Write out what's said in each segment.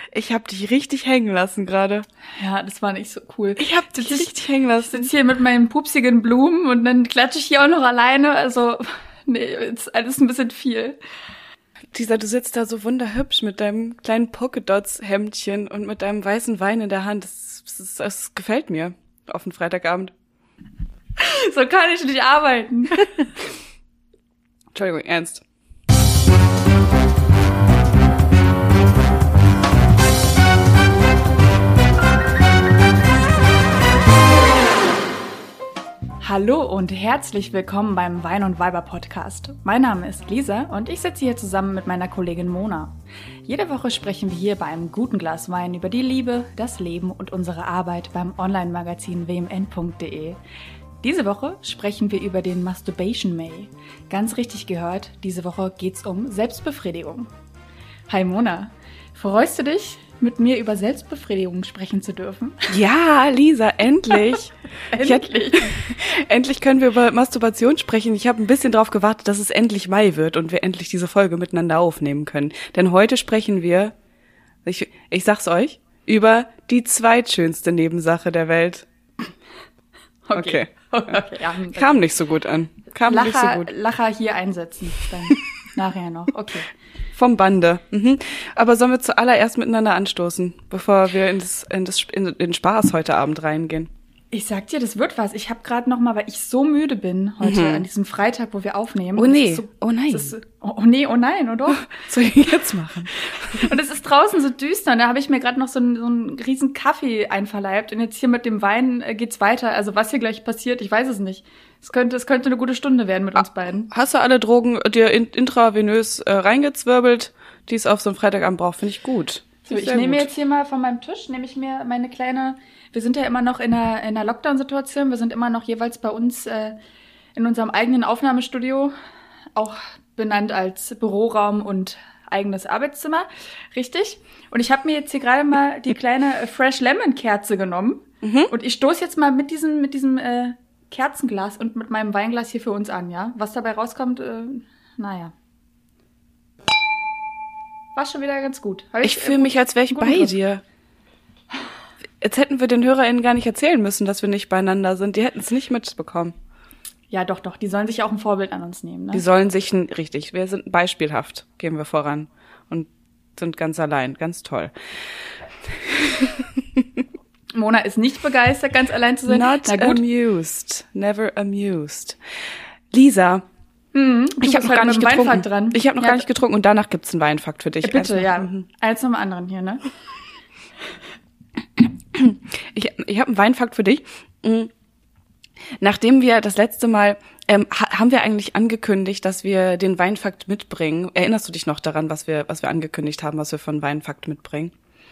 Ich habe dich richtig hängen lassen gerade. Ja, das war nicht so cool. Ich habe dich richtig hängen lassen. Ich sitze hier mit meinen pupsigen Blumen und dann klatsche ich hier auch noch alleine. Also, nee, ist alles ein bisschen viel. Lisa, du sitzt da so wunderhübsch mit deinem kleinen Polka-Dots-Hemdchen und mit deinem weißen Wein in der Hand. Das gefällt mir auf den Freitagabend. So kann ich nicht arbeiten. Entschuldigung, ernst. Hallo und herzlich willkommen beim Wein und Weiber Podcast. Mein Name ist Lisa und ich sitze hier zusammen mit meiner Kollegin Mona. Jede Woche sprechen wir hier bei einem guten Glas Wein über die Liebe, das Leben und unsere Arbeit beim Online-Magazin wmn.de. Diese Woche sprechen wir über den Masturbation May. Ganz richtig gehört, diese Woche geht's um Selbstbefriedigung. Hi Mona, freust du dich, mit mir über Selbstbefriedigung sprechen zu dürfen? Ja, Lisa, endlich. Endlich. Endlich können wir über Masturbation sprechen. Ich habe ein bisschen drauf gewartet, dass es endlich Mai wird und wir endlich diese Folge miteinander aufnehmen können. Denn heute sprechen wir, ich sag's euch, über die zweitschönste Nebensache der Welt. Okay. Ja, Kam nicht so gut an. Lacher hier einsetzen, dann nachher noch. Okay. Vom Bande. Aber sollen wir zuallererst miteinander anstoßen, bevor wir in den Spaß heute Abend reingehen? Ich sag dir, das wird was. Ich habe gerade noch mal, weil ich so müde bin heute an diesem Freitag, wo wir aufnehmen. Oh nee, so, oh nein. Oh nee, oh nein, oder? Was soll ich jetzt machen? Und es ist draußen so düster. Und da habe ich mir gerade noch so einen riesen Kaffee einverleibt. Und jetzt hier mit dem Wein geht's weiter. Also was hier gleich passiert, ich weiß es nicht. Es könnte eine gute Stunde werden mit uns beiden. Hast du alle Drogen dir intravenös reingezwirbelt, die es auf so einem Freitagabend braucht? Finde ich gut. So, ich nehme jetzt hier mal von meinem Tisch, nehme ich mir meine kleine, wir sind ja immer noch in einer Lockdown-Situation, wir sind immer noch jeweils bei uns in unserem eigenen Aufnahmestudio, auch benannt als Büroraum und eigenes Arbeitszimmer, richtig. Und ich habe mir jetzt hier gerade mal die kleine Fresh Lemon Kerze genommen und ich stoße jetzt mal mit diesem Kerzenglas und mit meinem Weinglas hier für uns an, ja? Was dabei rauskommt, naja. War schon wieder ganz gut. Ich fühle mich, als wäre ich bei dir. Jetzt hätten wir den HörerInnen gar nicht erzählen müssen, dass wir nicht beieinander sind. Die hätten es nicht mitbekommen. Ja, doch. Die sollen sich auch ein Vorbild an uns nehmen, ne? Die sollen sich, richtig, wir sind beispielhaft, gehen wir voran. Und sind ganz allein, ganz toll. Mona ist nicht begeistert, ganz allein zu sein. Not amused. Never amused. Lisa. Ich habe noch gar nicht getrunken. Dran. Ich habe noch gar nicht getrunken und danach gibt's einen Weinfakt für dich. Bitte, ja. Eins zum anderen hier, ne? Ich habe einen Weinfakt für dich. Nachdem wir das letzte Mal, haben wir eigentlich angekündigt, dass wir den Weinfakt mitbringen. Erinnerst du dich noch daran, was wir angekündigt haben, was wir von Weinfakt mitbringen?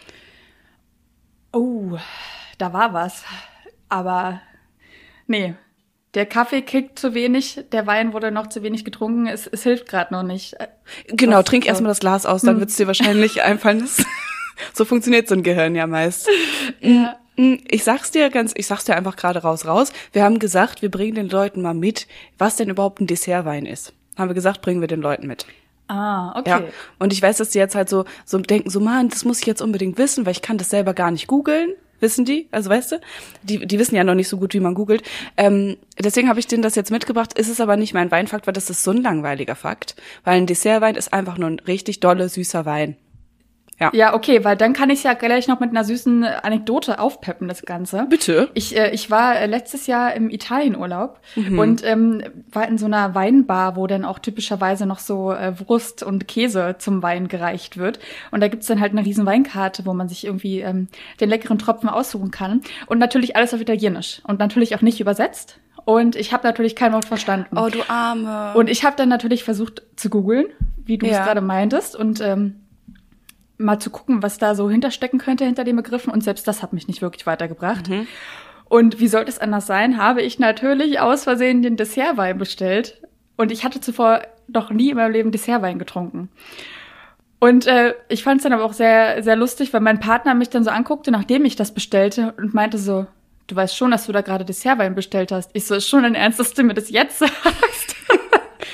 Oh, da war was. Aber nee. Der Kaffee kickt zu wenig, der Wein wurde noch zu wenig getrunken, es hilft gerade noch nicht. Genau, trink erstmal das Glas aus, dann wird's dir wahrscheinlich einfallen. So funktioniert so ein Gehirn ja meist. Ja. Ich sag's dir einfach gerade raus. Wir haben gesagt, wir bringen den Leuten mal mit, was denn überhaupt ein Dessertwein ist. Haben wir gesagt, bringen wir den Leuten mit. Ah, okay. Ja. Und ich weiß, dass die jetzt halt so denken, so Mann, das muss ich jetzt unbedingt wissen, weil ich kann das selber gar nicht googeln. Wissen die? Also weißt du, die wissen ja noch nicht so gut, wie man googelt. Deswegen habe ich denen das jetzt mitgebracht. Ist es aber nicht mein Weinfakt, weil das ist so ein langweiliger Fakt. Weil ein Dessertwein ist einfach nur ein richtig dolle, süßer Wein. Ja, okay, weil dann kann ich ja gleich noch mit einer süßen Anekdote aufpeppen, das Ganze. Bitte? Ich war letztes Jahr im Italienurlaub und war in so einer Weinbar, wo dann auch typischerweise noch so Wurst und Käse zum Wein gereicht wird. Und da gibt's dann halt eine riesen Weinkarte, wo man sich irgendwie den leckeren Tropfen aussuchen kann. Und natürlich alles auf Italienisch und natürlich auch nicht übersetzt. Und ich habe natürlich kein Wort verstanden. Oh, du Arme. Und ich habe dann natürlich versucht zu googeln, wie du es gerade meintest und mal zu gucken, was da so hinterstecken könnte hinter den Begriffen. Und selbst das hat mich nicht wirklich weitergebracht. Und wie sollte es anders sein, habe ich natürlich aus Versehen den Dessertwein bestellt. Und ich hatte zuvor noch nie in meinem Leben Dessertwein getrunken. Und ich fand es dann aber auch sehr, sehr lustig, weil mein Partner mich dann so anguckte, nachdem ich das bestellte und meinte so, du weißt schon, dass du da gerade Dessertwein bestellt hast. Ich so, ist schon dein Ernst, dass du mir das jetzt sagst?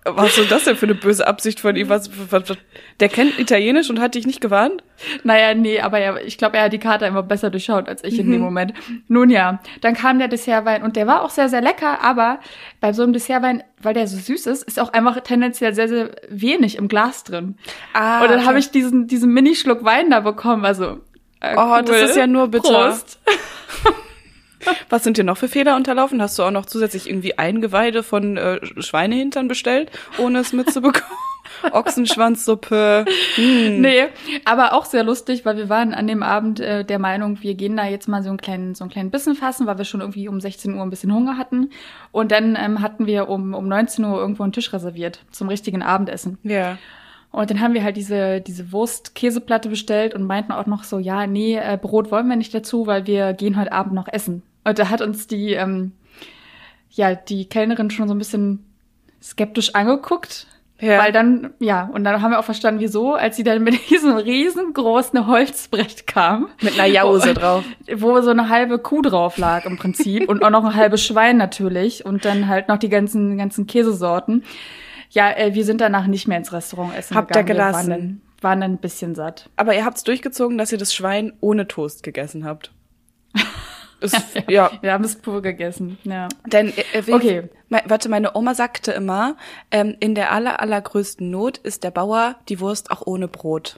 Was ist das denn für eine böse Absicht von ihm? Was, der kennt Italienisch und hat dich nicht gewarnt? Naja, nee, aber ich glaube, er hat die Karte immer besser durchschaut als ich in dem Moment. Nun ja, dann kam der Dessertwein und der war auch sehr, sehr lecker, aber bei so einem Dessertwein, weil der so süß ist auch einfach tendenziell sehr, sehr wenig im Glas drin. Und dann habe ich diesen Minischluck Wein da bekommen, also cool. Das ist ja nur bitter. Prost. Was sind dir noch für Fehler unterlaufen? Hast du auch noch zusätzlich irgendwie Eingeweide von Schweinehintern bestellt, ohne es mitzubekommen? Ochsenschwanzsuppe. Nee, aber auch sehr lustig, weil wir waren an dem Abend der Meinung, wir gehen da jetzt mal so einen kleinen Bissen fassen, weil wir schon irgendwie um 16 Uhr ein bisschen Hunger hatten. Und dann hatten wir um 19 Uhr irgendwo einen Tisch reserviert zum richtigen Abendessen. Ja. Und dann haben wir halt diese Wurst-Käseplatte bestellt und meinten auch noch so, ja, nee, Brot wollen wir nicht dazu, weil wir gehen heute Abend noch essen. Und da hat uns die Kellnerin schon so ein bisschen skeptisch angeguckt. Ja. Weil dann, und dann haben wir auch verstanden, wieso, als sie dann mit diesem riesengroßen Holzbrett kam. Mit einer Jause drauf. Wo so eine halbe Kuh drauf lag im Prinzip und auch noch ein halbes Schwein natürlich und dann halt noch die ganzen Käsesorten. Ja, wir sind danach nicht mehr ins Restaurant essen gegangen. Habt ihr gelassen? Wir waren dann ein bisschen satt. Aber ihr habt's durchgezogen, dass ihr das Schwein ohne Toast gegessen habt. Wir haben es pur gegessen, ja. Denn, meine Oma sagte immer, in der allergrößten Not ist der Bauer die Wurst auch ohne Brot.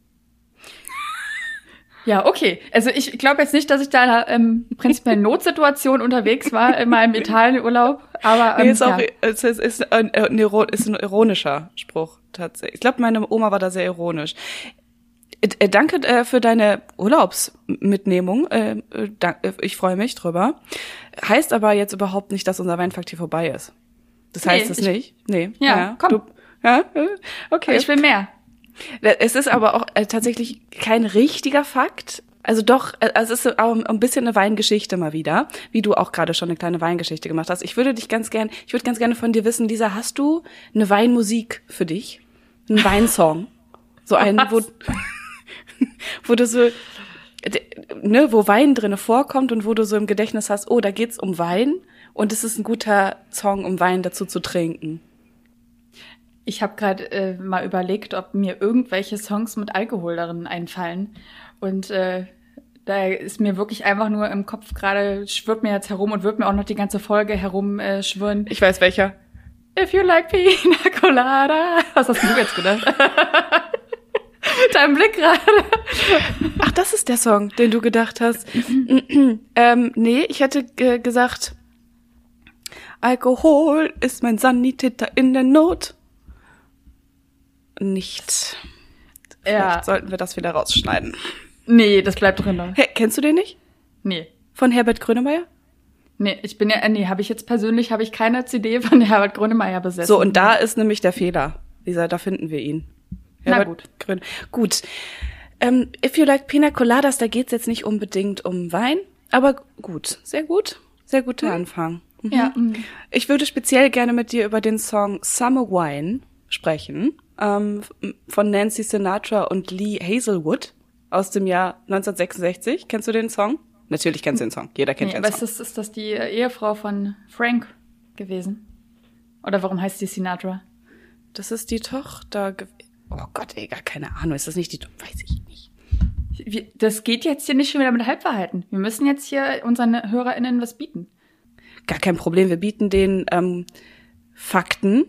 Ja, okay. Also ich glaube jetzt nicht, dass ich da prinzipiell in Notsituation unterwegs war in meinem Italienurlaub, aber nee, ist ein ironischer Spruch tatsächlich. Ich glaube, meine Oma war da sehr ironisch. Danke für deine Urlaubsmitnehmung. Ich freue mich drüber. Heißt aber jetzt überhaupt nicht, dass unser Weinfakt hier vorbei ist. Das heißt es nicht. Nee. Ja, komm. Okay. Ich will mehr. Es ist aber auch tatsächlich kein richtiger Fakt. Also doch, es ist auch ein bisschen eine Weingeschichte mal wieder, wie du auch gerade schon eine kleine Weingeschichte gemacht hast. Ich würde ganz gerne von dir wissen, Lisa, hast du eine Weinmusik für dich? Einen Weinsong? So einen, wo du so, wo Wein drinne vorkommt und wo du so im Gedächtnis hast, oh, da geht's um Wein und es ist ein guter Song, um Wein dazu zu trinken. Ich habe gerade mal überlegt, ob mir irgendwelche Songs mit Alkohol darin einfallen und da ist mir wirklich einfach nur im Kopf gerade, schwirrt mir jetzt herum und wird mir auch noch die ganze Folge herumschwirren. Ich weiß welcher. If you like Pina Colada. Was hast du jetzt gedacht? Dein Blick gerade. Ach, das ist der Song, den du gedacht hast. Nee, ich hätte gesagt, Alkohol ist mein Sanitäter in der Not. Nicht. Vielleicht sollten wir das wieder rausschneiden. Nee, das bleibt drin. Hey, kennst du den nicht? Nee. Von Herbert Grönemeyer? Nee, habe ich keine CD von Herbert Grönemeyer besessen. So, und da ist nämlich der Fehler. Lisa, da finden wir ihn. Herbert Gut. If you like Pina Coladas, da geht's jetzt nicht unbedingt um Wein, aber gut. Sehr guter Anfang. Mhm. Ja. Ich würde speziell gerne mit dir über den Song Summer Wine sprechen, von Nancy Sinatra und Lee Hazelwood aus dem Jahr 1966. Kennst du den Song? Natürlich kennst du den Song. Jeder kennt den Song. Aber ist das die Ehefrau von Frank gewesen? Oder warum heißt die Sinatra? Das ist die Tochter. Oh Gott, ey, gar keine Ahnung. Ist das nicht die Tochter? Weiß ich nicht. Das geht jetzt hier nicht schon wieder mit Halbwahrheiten. Wir müssen jetzt hier unseren HörerInnen was bieten. Gar kein Problem. Wir bieten den Fakten.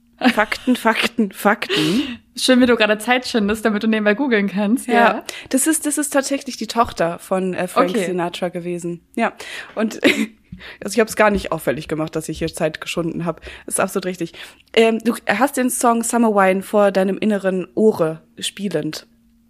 Schön, wie du gerade Zeit schindest, damit du nebenbei googeln kannst. Ja. Das ist tatsächlich die Tochter von Frank Sinatra gewesen. Ja. Und also ich habe es gar nicht auffällig gemacht, dass ich hier Zeit geschunden habe. Ist absolut richtig. Du hast den Song Summer Wine vor deinem inneren Ohre spielend.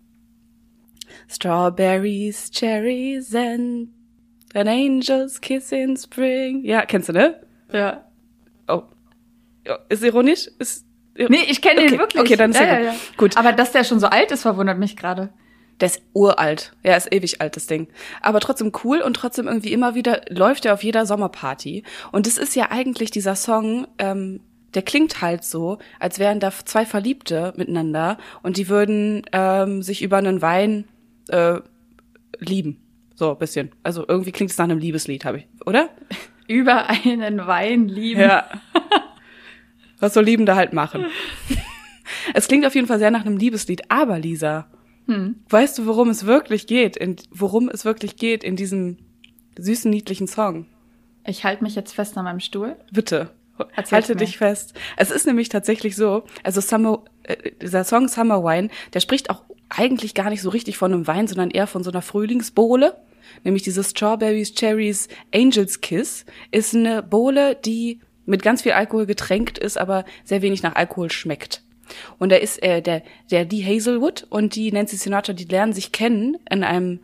Strawberries, cherries and an angel's kiss in spring. Ja, kennst du, ne? Ja. Oh. Ist ironisch? Nee, ich kenne den wirklich. Okay, dann ist ja gut. Aber dass der schon so alt ist, verwundert mich gerade. Der ist uralt. Ja, ist ewig alt, das Ding. Aber trotzdem cool und trotzdem irgendwie immer wieder läuft er auf jeder Sommerparty. Und es ist ja eigentlich dieser Song, der klingt halt so, als wären da zwei Verliebte miteinander und die würden sich über einen Wein lieben. So ein bisschen. Also irgendwie klingt es nach einem Liebeslied, oder? Über einen Wein lieben. Ja. Was so Liebende halt machen. Es klingt auf jeden Fall sehr nach einem Liebeslied, aber Lisa, weißt du, worum es wirklich geht in diesem süßen, niedlichen Song? Ich halte mich jetzt fest an meinem Stuhl. Bitte, halte dich fest. Es ist nämlich tatsächlich so, also dieser Song Summer Wine, der spricht auch eigentlich gar nicht so richtig von einem Wein, sondern eher von so einer Frühlingsbowle. Nämlich diese Strawberries, Cherries, Angel's Kiss ist eine Bowle, die mit ganz viel Alkohol getränkt ist, aber sehr wenig nach Alkohol schmeckt. Und da ist der Lee Hazelwood und die Nancy Sinatra, die lernen sich kennen in einem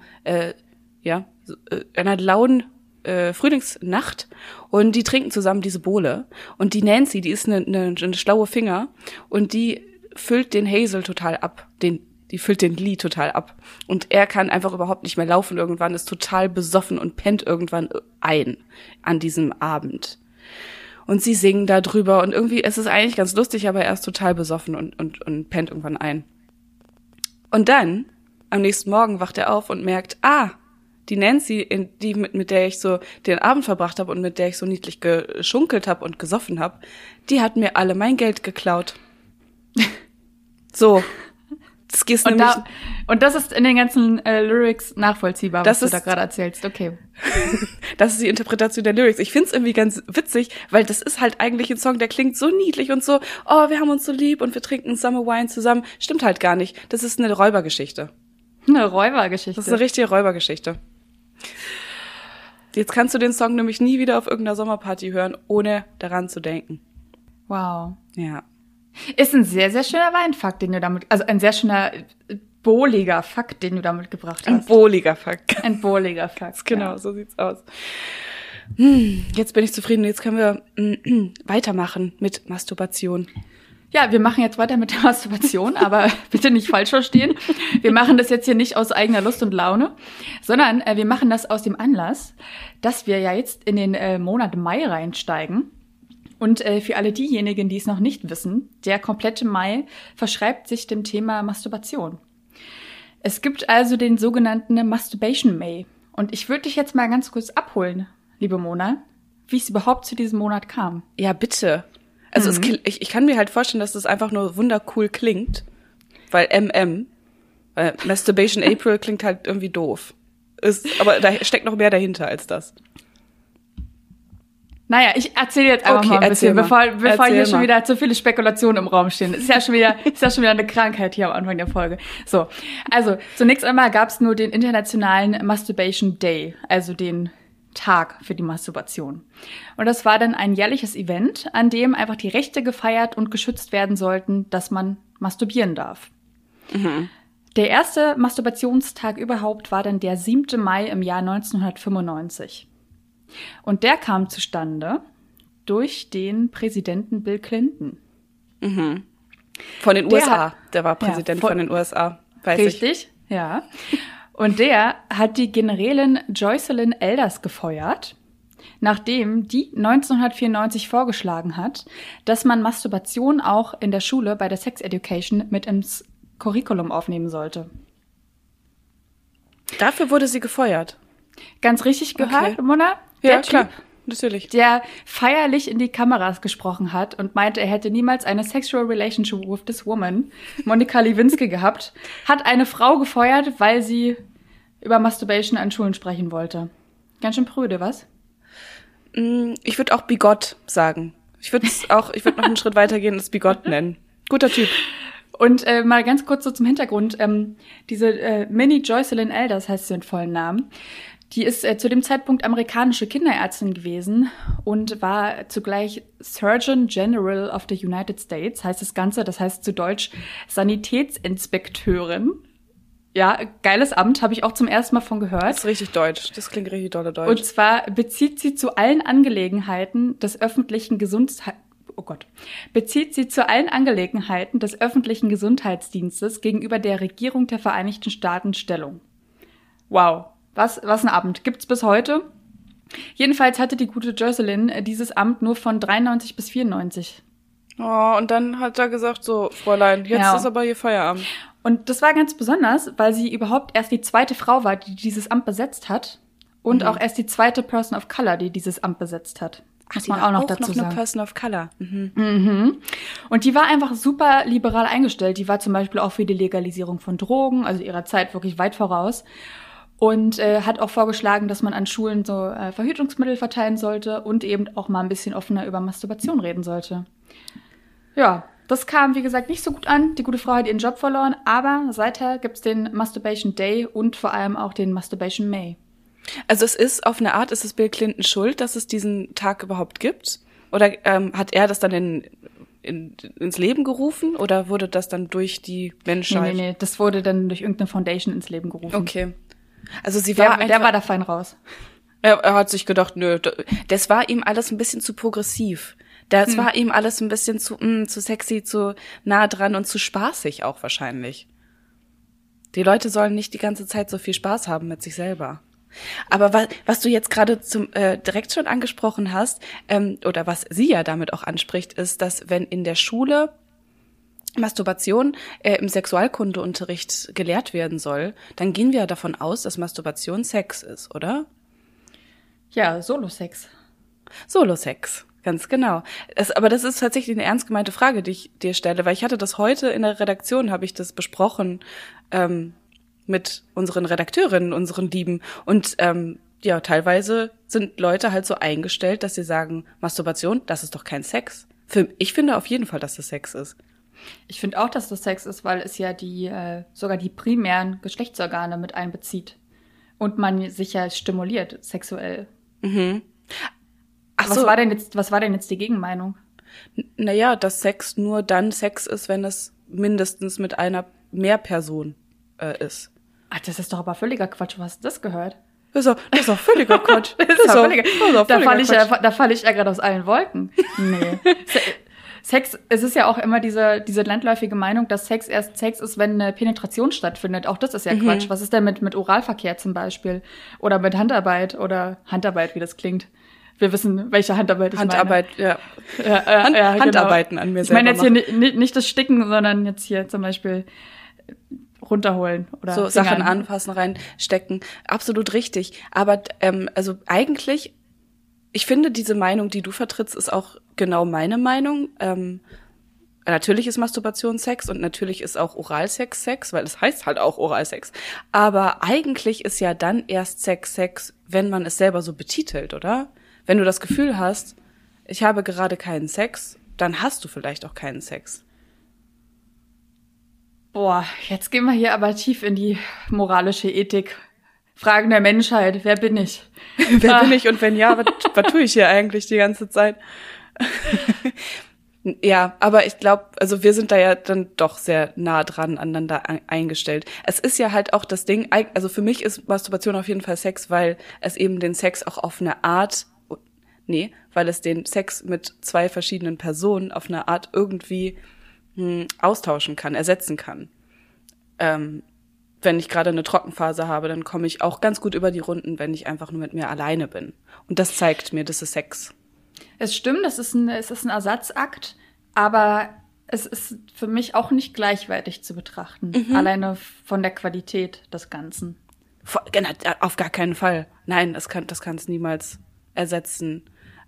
einer lauen Frühlingsnacht und die trinken zusammen diese Bowle. Und die Nancy, die ist eine schlaue Finger und die füllt den Hazel total ab, die füllt den Lee total ab. Und er kann einfach überhaupt nicht mehr laufen irgendwann, ist total besoffen und pennt irgendwann ein an diesem Abend. Und sie singen da drüber und irgendwie, es ist eigentlich ganz lustig, aber er ist total besoffen und pennt irgendwann ein. Und dann, am nächsten Morgen wacht er auf und merkt, die Nancy, mit der ich so den Abend verbracht habe und mit der ich so niedlich geschunkelt habe und gesoffen habe, die hat mir alle mein Geld geklaut. So. Das gehst nämlich. Und das ist in den ganzen Lyrics nachvollziehbar, was du da gerade erzählst. Okay. Das ist die Interpretation der Lyrics. Ich find's irgendwie ganz witzig, weil das ist halt eigentlich ein Song, der klingt so niedlich und so, wir haben uns so lieb und wir trinken Summer Wine zusammen. Stimmt halt gar nicht. Das ist eine Räubergeschichte. Eine Räubergeschichte? Das ist eine richtige Räubergeschichte. Jetzt kannst du den Song nämlich nie wieder auf irgendeiner Sommerparty hören, ohne daran zu denken. Wow. Ja. Ist ein sehr, sehr schöner Weinfakt, also ein sehr schöner bohliger Fakt, den du damit gebracht hast. Ein bohliger Fakt. Ein bohliger Fakt. Genau, ja. So sieht's aus. Jetzt bin ich zufrieden. Jetzt können wir weitermachen mit Masturbation. Ja, wir machen jetzt weiter mit der Masturbation, aber bitte nicht falsch verstehen. Wir machen das jetzt hier nicht aus eigener Lust und Laune, sondern wir machen das aus dem Anlass, dass wir ja jetzt in den Monat Mai reinsteigen. Und für alle diejenigen, die es noch nicht wissen, der komplette Mai verschreibt sich dem Thema Masturbation. Es gibt also den sogenannten Masturbation May. Und ich würde dich jetzt mal ganz kurz abholen, liebe Mona, wie es überhaupt zu diesem Monat kam. Ja, bitte. Also ich kann mir halt vorstellen, dass das einfach nur wundercool klingt, weil Masturbation April klingt halt irgendwie doof. Aber da steckt noch mehr dahinter als das. Naja, ich erzähle jetzt einfach mal ein bisschen, bevor hier schon wieder zu viele Spekulationen im Raum stehen. Ist ja schon wieder eine Krankheit hier am Anfang der Folge. So, also zunächst einmal gab es nur den internationalen Masturbation Day, also den Tag für die Masturbation. Und das war dann ein jährliches Event, an dem einfach die Rechte gefeiert und geschützt werden sollten, dass man masturbieren darf. Mhm. Der erste Masturbationstag überhaupt war dann der 7. Mai im Jahr 1995. Und der kam zustande durch den Präsidenten Bill Clinton. Mhm. Von den USA. Der war Präsident von den USA, weiß ich. Richtig, ja. Und der hat die Generälin Jocelyn Elders gefeuert, nachdem die 1994 vorgeschlagen hat, dass man Masturbation auch in der Schule bei der Sex Education mit ins Curriculum aufnehmen sollte. Dafür wurde sie gefeuert. Ganz richtig gehört, Mona? Ja, klar, natürlich. Der feierlich in die Kameras gesprochen hat und meinte, er hätte niemals eine sexual relationship with this woman, Monika Lewinsky, gehabt, hat eine Frau gefeuert, weil sie über Masturbation an Schulen sprechen wollte. Ganz schön prüde, was? Ich würde auch bigot sagen. Ich würde noch einen Schritt weitergehen und es bigot nennen. Guter Typ. Und mal ganz kurz so zum Hintergrund. Diese Minnie Jocelyn Elders heißt sie in vollen Namen. Die ist zu dem Zeitpunkt amerikanische Kinderärztin gewesen und war zugleich Surgeon General of the United States, heißt das Ganze. Das heißt zu Deutsch Sanitätsinspekteurin. Ja, geiles Amt, habe ich auch zum ersten Mal von gehört. Das ist richtig deutsch. Das klingt richtig dolle deutsch. Und zwar bezieht sie zu allen Angelegenheiten des öffentlichen Gesundheitsdienstes gegenüber der Regierung der Vereinigten Staaten Stellung. Wow. Was ein Amt. Gibt's bis heute. Jedenfalls hatte die gute Jocelyn dieses Amt nur von 93 bis 94. Oh, und dann hat er gesagt, so, Fräulein, jetzt ist aber hier Feierabend. Und das war ganz besonders, weil sie überhaupt erst die zweite Frau war, die dieses Amt besetzt hat. Und auch erst die zweite Person of Color, die dieses Amt besetzt hat. Muss man auch noch dazu noch sagen. eine Person of Color. Und die war einfach super liberal eingestellt. Die war zum Beispiel auch für die Legalisierung von Drogen, also ihrer Zeit wirklich weit voraus. Und hat auch vorgeschlagen, dass man an Schulen so Verhütungsmittel verteilen sollte und eben auch mal ein bisschen offener über Masturbation reden sollte. Ja, das kam, wie gesagt, nicht so gut an. Die gute Frau hat ihren Job verloren, aber seither gibt's den Masturbation Day und vor allem auch den Masturbation May. Also es ist auf eine Art, ist es Bill Clinton schuld, dass es diesen Tag überhaupt gibt? Oder hat er das dann ins Leben gerufen? Oder wurde das dann durch die Menschheit? Nee, das wurde dann durch irgendeine Foundation ins Leben gerufen. Okay. Also sie war Der war da fein raus. Er hat sich gedacht, nö, das war ihm alles ein bisschen zu progressiv. Das war ihm alles ein bisschen zu sexy, zu nah dran und zu spaßig auch wahrscheinlich. Die Leute sollen nicht die ganze Zeit so viel Spaß haben mit sich selber. Aber was du jetzt gerade direkt schon angesprochen hast, oder was sie ja damit auch anspricht, ist, dass wenn in der Schule Masturbation im Sexualkundeunterricht gelehrt werden soll, dann gehen wir davon aus, dass Masturbation Sex ist, oder? Ja, Solo-Sex. Solo-Sex, ganz genau. Aber das ist tatsächlich eine ernst gemeinte Frage, die ich dir stelle, weil ich hatte das heute in der Redaktion, habe ich das besprochen, mit unseren Redakteurinnen, unseren Lieben. Und ja, teilweise sind Leute halt so eingestellt, dass sie sagen, Masturbation, das ist doch kein Sex. Ich finde auf jeden Fall, dass das Sex ist. Ich finde auch, dass das Sex ist, weil es ja sogar die primären Geschlechtsorgane mit einbezieht. Und man sich ja stimuliert, sexuell. Ach Was so. war denn jetzt die Gegenmeinung? Naja, dass Sex nur dann Sex ist, wenn es mindestens mit einer Mehrperson ist. Ach, das ist doch aber völliger Quatsch. Was hast du das gehört? Das ist auch völliger Quatsch. Da falle ich ja gerade aus allen Wolken. Nee. Sex, es ist ja auch immer diese landläufige Meinung, dass Sex erst Sex ist, wenn eine Penetration stattfindet. Auch das ist ja Quatsch. Was ist denn mit Oralverkehr zum Beispiel? Oder mit Handarbeit oder Handarbeit, wie das klingt. Wir wissen, welche Handarbeit ich Handarbeit, meine. ja. Handarbeiten an mir selber. Ich meine jetzt hier nicht das Sticken, sondern jetzt hier zum Beispiel runterholen oder so Fingern. Sachen anfassen, reinstecken. Absolut richtig. Aber also eigentlich, ich finde, diese Meinung, die du vertrittst, ist auch genau meine Meinung. Natürlich ist Masturbation Sex und natürlich ist auch Oralsex Sex, weil es heißt halt auch Oralsex. Aber eigentlich ist ja dann erst Sex, wenn man es selber so betitelt, oder? Wenn du das Gefühl hast, ich habe gerade keinen Sex, dann hast du vielleicht auch keinen Sex. Boah, jetzt gehen wir hier aber tief in die moralische Ethik. Fragen der Menschheit, wer bin ich? Wer bin ich und wenn ja, was tue ich hier eigentlich die ganze Zeit? Ja, aber ich glaube, also wir sind da ja dann doch sehr nah dran aneinander eingestellt. Es ist ja halt auch das Ding, also für mich ist Masturbation auf jeden Fall Sex, weil es eben den Sex auch auf eine Art, weil es den Sex mit zwei verschiedenen Personen auf eine Art irgendwie austauschen kann, ersetzen kann. Wenn ich gerade eine Trockenphase habe, dann komme ich auch ganz gut über die Runden, wenn ich einfach nur mit mir alleine bin. Und das zeigt mir, das ist Sex. Es stimmt, es ist ein Ersatzakt, aber es ist für mich auch nicht gleichwertig zu betrachten. Alleine von der Qualität des Ganzen. Auf gar keinen Fall. Nein, das kann es niemals ersetzen.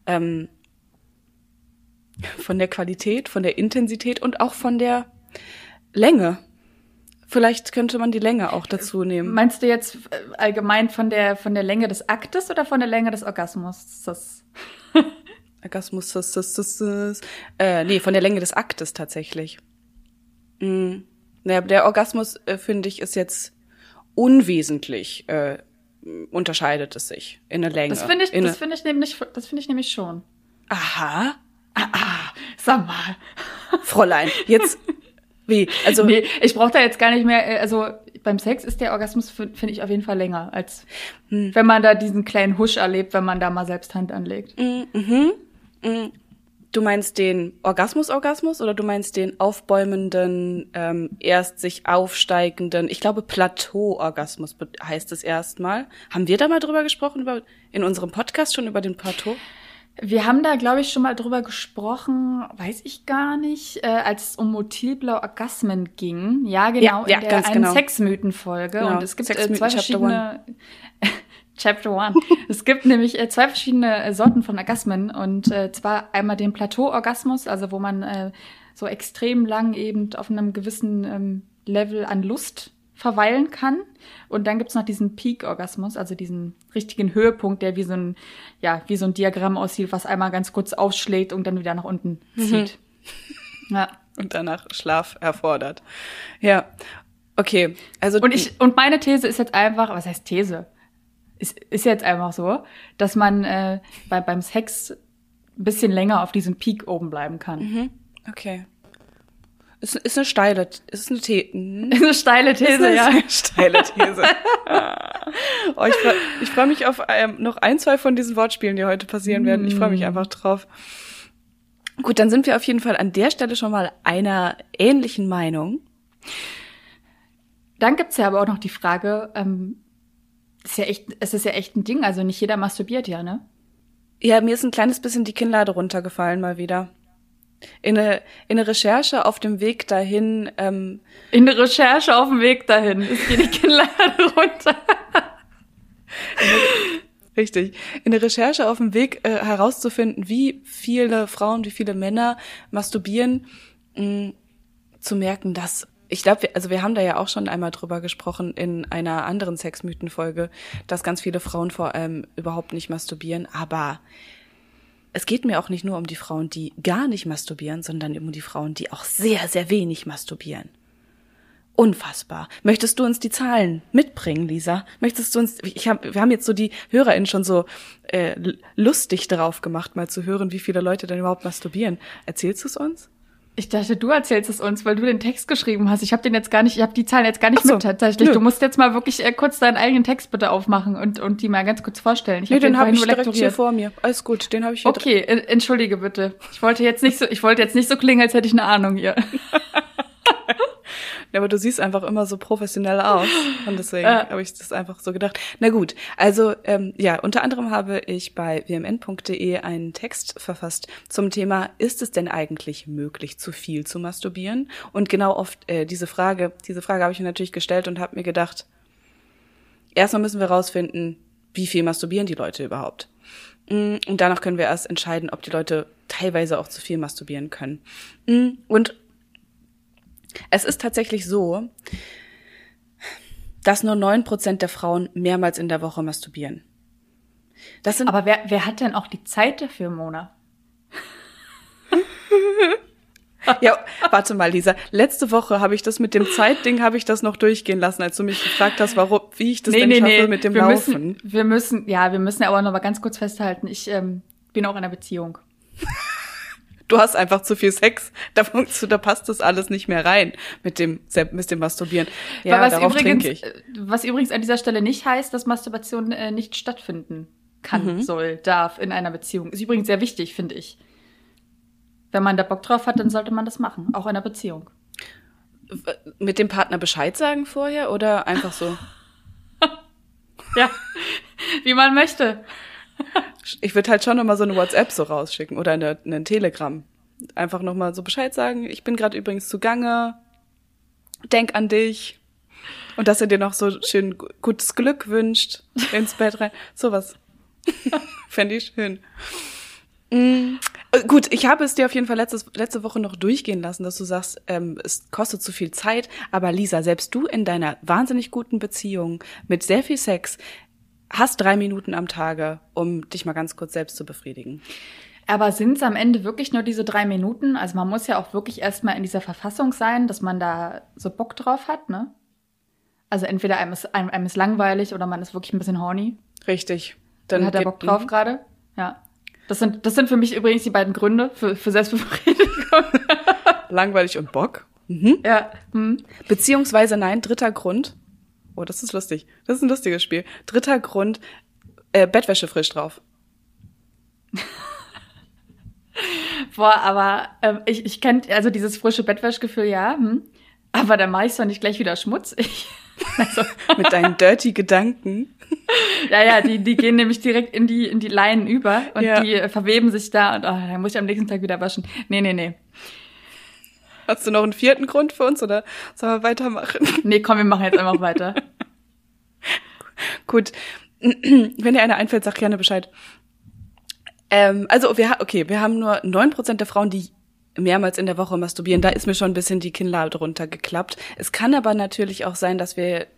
Von der Qualität, von der Intensität und auch von der Länge. Vielleicht könnte man die Länge auch dazu nehmen. Meinst du jetzt allgemein von der Länge des Aktes oder von der Länge des Orgasmus? Orgasmus, nee, von der Länge des Aktes tatsächlich. Naja, der Orgasmus, finde ich, ist jetzt unwesentlich, unterscheidet es sich in der Länge. Das finde ich nämlich schon. Aha. Sag mal. Fräulein, jetzt, wie? Also. Nee, ich brauche da jetzt gar nicht mehr, also beim Sex ist der Orgasmus, finde ich, auf jeden Fall länger, als wenn man da diesen kleinen Husch erlebt, wenn man da mal selbst Hand anlegt. Du meinst den Orgasmus oder du meinst den aufbäumenden, erst sich aufsteigenden, ich glaube Plateau-Orgasmus heißt es erstmal. Haben wir da mal drüber gesprochen, in unserem Podcast schon über den Plateau? Wir haben da, glaube ich, schon mal drüber gesprochen, weiß ich gar nicht, als es um multiple Orgasmen ging. Ja, genau, ja, in der ganz einen genau. Sexmythen-Folge. Genau. Und es gibt zwei verschiedene Chapter 1. Es gibt nämlich 2 verschiedene Sorten von Orgasmen und zwar einmal den Plateau-Orgasmus, also wo man so extrem lang eben auf einem gewissen Level an Lust verweilen kann. Und dann gibt's noch diesen Peak-Orgasmus, also diesen richtigen Höhepunkt, der wie so ein Diagramm aussieht, was einmal ganz kurz aufschlägt und dann wieder nach unten zieht. Ja. Und danach Schlaf erfordert. Ja, okay. Also Und meine These ist jetzt einfach, was heißt These? Ist jetzt einfach so, dass man beim Sex ein bisschen länger auf diesem Peak oben bleiben kann. Mhm. Okay. Ist eine steile, ist eine Ist eine steile These, ja. Steile These. Oh, ich freu mich auf noch 1, 2 von diesen Wortspielen, die heute passieren werden. Ich freue mich einfach drauf. Gut, dann sind wir auf jeden Fall an der Stelle schon mal einer ähnlichen Meinung. Dann gibt's ja aber auch noch die Frage, es ist ja echt ein Ding, also nicht jeder masturbiert ja, ne? Ja, mir ist ein kleines bisschen die Kinnlade runtergefallen mal wieder. In eine Recherche auf dem Weg dahin. In eine Recherche auf dem Weg dahin ist dir die Kinnlade runter. Richtig. In der Recherche auf dem Weg herauszufinden, wie viele Frauen, wie viele Männer masturbieren, zu merken, dass, ich glaube, wir haben da ja auch schon einmal drüber gesprochen in einer anderen Sexmythen-Folge, dass ganz viele Frauen vor allem überhaupt nicht masturbieren, aber es geht mir auch nicht nur um die Frauen, die gar nicht masturbieren, sondern um die Frauen, die auch sehr, sehr wenig masturbieren. Unfassbar. Möchtest du uns die Zahlen mitbringen, Lisa? Möchtest du uns, wir haben jetzt so die HörerInnen schon so lustig darauf gemacht, mal zu hören, wie viele Leute denn überhaupt masturbieren. Erzählst du es uns? Ich dachte, du erzählst es uns, weil du den Text geschrieben hast. Ich habe die Zahlen jetzt gar nicht mit tatsächlich. Nö. Du musst jetzt mal wirklich kurz deinen eigenen Text bitte aufmachen und die mal ganz kurz vorstellen. Den habe ich direkt hier vor mir. Alles gut, den habe ich hier. Okay, entschuldige bitte. Ich wollte jetzt nicht so klingen, als hätte ich eine Ahnung hier. Ja, aber du siehst einfach immer so professionell aus und deswegen habe ich das einfach so gedacht. Na gut, also unter anderem habe ich bei wmn.de einen Text verfasst zum Thema, ist es denn eigentlich möglich, zu viel zu masturbieren? Und genau oft diese Frage habe ich mir natürlich gestellt und habe mir gedacht, erstmal müssen wir rausfinden, wie viel masturbieren die Leute überhaupt? Und danach können wir erst entscheiden, ob die Leute teilweise auch zu viel masturbieren können. Und es ist tatsächlich so, dass nur 9% der Frauen mehrmals in der Woche masturbieren. Aber wer hat denn auch die Zeit dafür, Mona? Ja, warte mal, Lisa. Letzte Woche habe ich das mit dem Zeitding noch durchgehen lassen, als du mich gefragt hast, wie ich das schaffe mit dem Laufen. Wir müssen aber noch mal ganz kurz festhalten, ich bin auch in einer Beziehung. Du hast einfach zu viel Sex, da passt das alles nicht mehr rein mit dem Masturbieren. Ja, darauf trinke ich. Was übrigens an dieser Stelle nicht heißt, dass Masturbation nicht stattfinden kann, soll, darf in einer Beziehung. Ist übrigens sehr wichtig, finde ich. Wenn man da Bock drauf hat, dann sollte man das machen, auch in einer Beziehung. Mit dem Partner Bescheid sagen vorher oder einfach so? Ja, wie man möchte. Ich würde halt schon nochmal so eine WhatsApp so rausschicken oder eine Telegram. Einfach nochmal so Bescheid sagen, ich bin gerade übrigens zugange, denk an dich. Und dass er dir noch so schön gutes Glück wünscht ins Bett rein. Sowas. Fände ich schön. Gut, ich habe es dir auf jeden Fall letzte Woche noch durchgehen lassen, dass du sagst, es kostet zu viel Zeit. Aber Lisa, selbst du in deiner wahnsinnig guten Beziehung mit sehr viel Sex hast 3 Minuten am Tage, um dich mal ganz kurz selbst zu befriedigen. Aber sind es am Ende wirklich nur diese 3 Minuten? Also man muss ja auch wirklich erstmal in dieser Verfassung sein, dass man da so Bock drauf hat, ne? Also entweder einem ist langweilig oder man ist wirklich ein bisschen horny. Richtig. Dann hat er Bock drauf gerade. Ja. Das sind für mich übrigens die beiden Gründe für Selbstbefriedigung. Langweilig und Bock. Mhm. Ja. Beziehungsweise nein, 3. Grund. Oh, das ist lustig. Das ist ein lustiges Spiel. 3. Grund, Bettwäsche frisch drauf. Boah, aber ich kenne also dieses frische Bettwäschgefühl, ja. Aber dann mache ich es doch nicht gleich wieder schmutzig. Also. Mit deinen dirty Gedanken. Ja, die gehen nämlich direkt in die Leinen über und die verweben sich da und dann muss ich am nächsten Tag wieder waschen. Nee. Hast du noch einen 4. Grund für uns oder sollen wir weitermachen? Nee, komm, wir machen jetzt einfach weiter. Gut, Wenn dir einer einfällt, sag gerne Bescheid. Also wir haben nur 9% der Frauen, die mehrmals in der Woche masturbieren. Da ist mir schon ein bisschen die Kinnlade runtergeklappt. Es kann aber natürlich auch sein, dass wir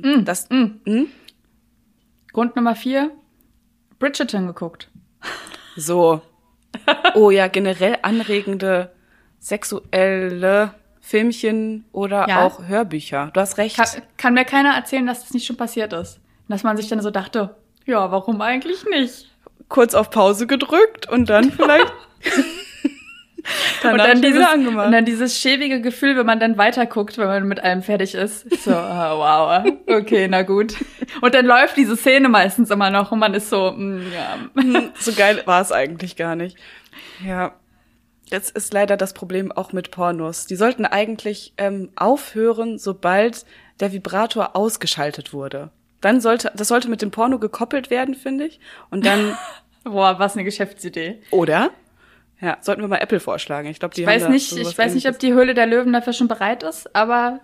Grund Nummer 4, Bridgerton geguckt. So. Oh ja, generell anregende sexuelle Filmchen oder auch Hörbücher. Du hast recht. Kann mir keiner erzählen, dass das nicht schon passiert ist. Dass man sich dann so dachte, ja, warum eigentlich nicht? Kurz auf Pause gedrückt und dann vielleicht und dann dieses schäbige Gefühl, wenn man dann weiterguckt, wenn man mit allem fertig ist. So, wow, okay, na gut. Und dann läuft diese Szene meistens immer noch und man ist so, So geil war es eigentlich gar nicht. Ja, jetzt ist leider das Problem auch mit Pornos. Die sollten eigentlich aufhören, sobald der Vibrator ausgeschaltet wurde. Das sollte mit dem Porno gekoppelt werden, finde ich. Und dann boah, was eine Geschäftsidee. Oder? Ja, sollten wir mal Apple vorschlagen. Ich glaube, ich weiß nicht, ob die Höhle der Löwen dafür schon bereit ist, aber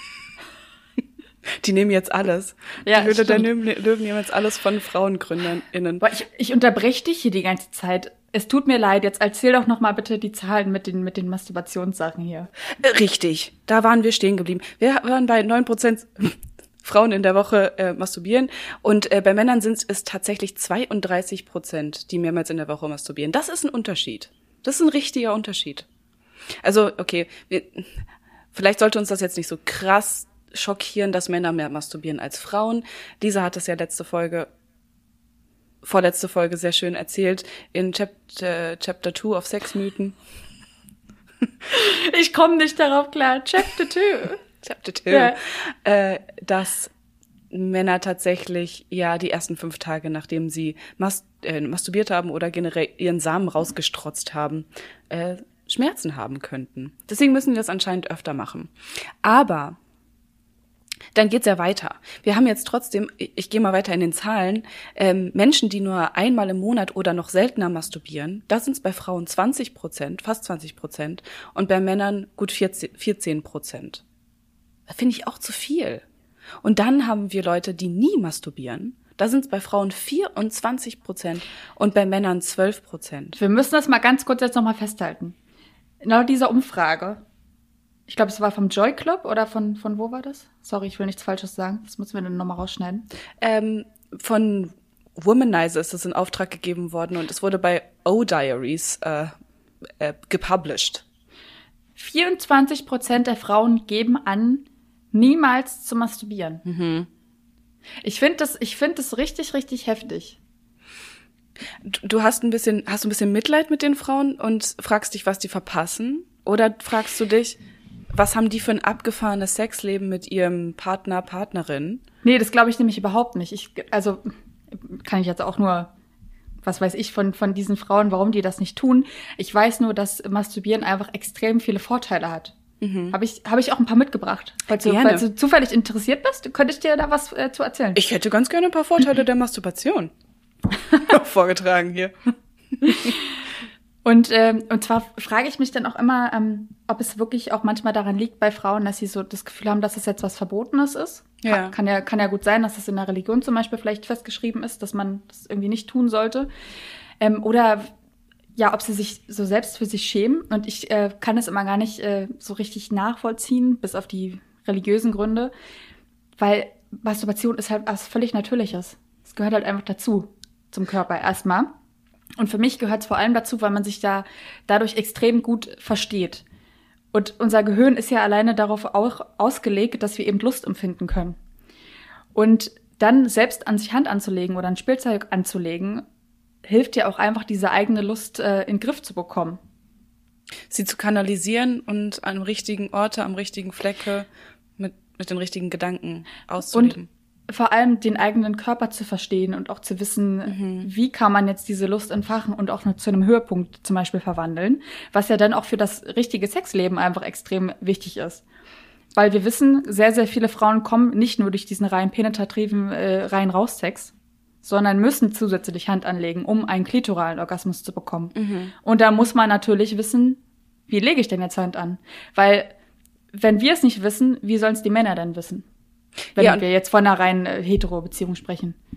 die nehmen jetzt alles. Ja, die Höhle der Löwen nehmen jetzt alles von FrauengründerInnen. Boah, ich unterbreche dich hier die ganze Zeit. Es tut mir leid, jetzt erzähl doch noch mal bitte die Zahlen mit den Masturbationssachen hier. Richtig, da waren wir stehen geblieben. Wir waren bei 9% Frauen in der Woche masturbieren und bei Männern sind es tatsächlich 32%, die mehrmals in der Woche masturbieren. Das ist ein Unterschied. Das ist ein richtiger Unterschied. Also, okay, vielleicht sollte uns das jetzt nicht so krass schockieren, dass Männer mehr masturbieren als Frauen. Lisa hat es ja vorletzte Folge sehr schön erzählt in Chapter 2 auf Sexmythen. Ich komme nicht darauf klar. Chapter 2. Ja. Dass Männer tatsächlich ja die ersten 5 Tage, nachdem sie masturbiert haben oder generell ihren Samen rausgestrotzt haben, Schmerzen haben könnten. Deswegen müssen wir das anscheinend öfter machen. Aber dann geht's ja weiter. Wir haben jetzt trotzdem, ich gehe mal weiter in den Zahlen, Menschen, die nur einmal im Monat oder noch seltener masturbieren. Da sind es bei Frauen 20%, fast 20% und bei Männern gut 14%. Das finde ich auch zu viel. Und dann haben wir Leute, die nie masturbieren. Da sind es bei Frauen 24% und bei Männern 12%. Wir müssen das mal ganz kurz jetzt nochmal festhalten. Laut dieser Umfrage, ich glaube, es war vom Joy Club oder von wo war das? Sorry, ich will nichts Falsches sagen. Das müssen wir dann nochmal rausschneiden. Von Womanizer ist das in Auftrag gegeben worden und es wurde bei O-Diaries gepublished. 24% der Frauen geben an, niemals zu masturbieren. Mhm. Ich finde das richtig, richtig heftig. Du hast ein bisschen Mitleid mit den Frauen und fragst dich, was die verpassen? Oder fragst du dich, was haben die für ein abgefahrenes Sexleben mit ihrem Partner, Partnerin? Nee, das glaube ich nämlich überhaupt nicht. Also kann ich jetzt auch nur, was weiß ich von diesen Frauen, warum die das nicht tun. Ich weiß nur, dass Masturbieren einfach extrem viele Vorteile hat. Mhm. Habe ich auch ein paar mitgebracht. Falls du zufällig interessiert bist, könnte ich dir da was zu erzählen. Ich hätte ganz gerne ein paar Vorteile der Masturbation vorgetragen hier. Und zwar frage ich mich dann auch immer, ob es wirklich auch manchmal daran liegt bei Frauen, dass sie so das Gefühl haben, dass es jetzt was Verbotenes ist. Ja. Kann ja gut sein, dass es in der Religion zum Beispiel vielleicht festgeschrieben ist, dass man das irgendwie nicht tun sollte. Oder ja, ob sie sich so selbst für sich schämen. Und ich kann es immer gar nicht so richtig nachvollziehen, bis auf die religiösen Gründe. Weil Masturbation ist halt was völlig Natürliches. Es gehört halt einfach dazu, zum Körper erstmal. Und für mich gehört es vor allem dazu, weil man sich dadurch extrem gut versteht. Und unser Gehirn ist ja alleine darauf auch ausgelegt, dass wir eben Lust empfinden können. Und dann selbst an sich Hand anzulegen oder ein Spielzeug anzulegen, hilft ja auch einfach, diese eigene Lust in den Griff zu bekommen. Sie zu kanalisieren und am richtigen Orte, am richtigen Flecke mit den richtigen Gedanken auszuleben. Und vor allem den eigenen Körper zu verstehen und auch zu wissen, wie kann man jetzt diese Lust entfachen und auch nur zu einem Höhepunkt zum Beispiel verwandeln, was ja dann auch für das richtige Sexleben einfach extrem wichtig ist. Weil wir wissen, sehr, sehr viele Frauen kommen nicht nur durch diesen rein penetrativen Rein-Raus-Sex, sondern müssen zusätzlich Hand anlegen, um einen klitoralen Orgasmus zu bekommen. Mhm. Und da muss man natürlich wissen, wie lege ich denn jetzt Hand an? Weil wenn wir es nicht wissen, wie sollen es die Männer denn wissen? Wenn wir jetzt von einer rein Hetero-Beziehung sprechen.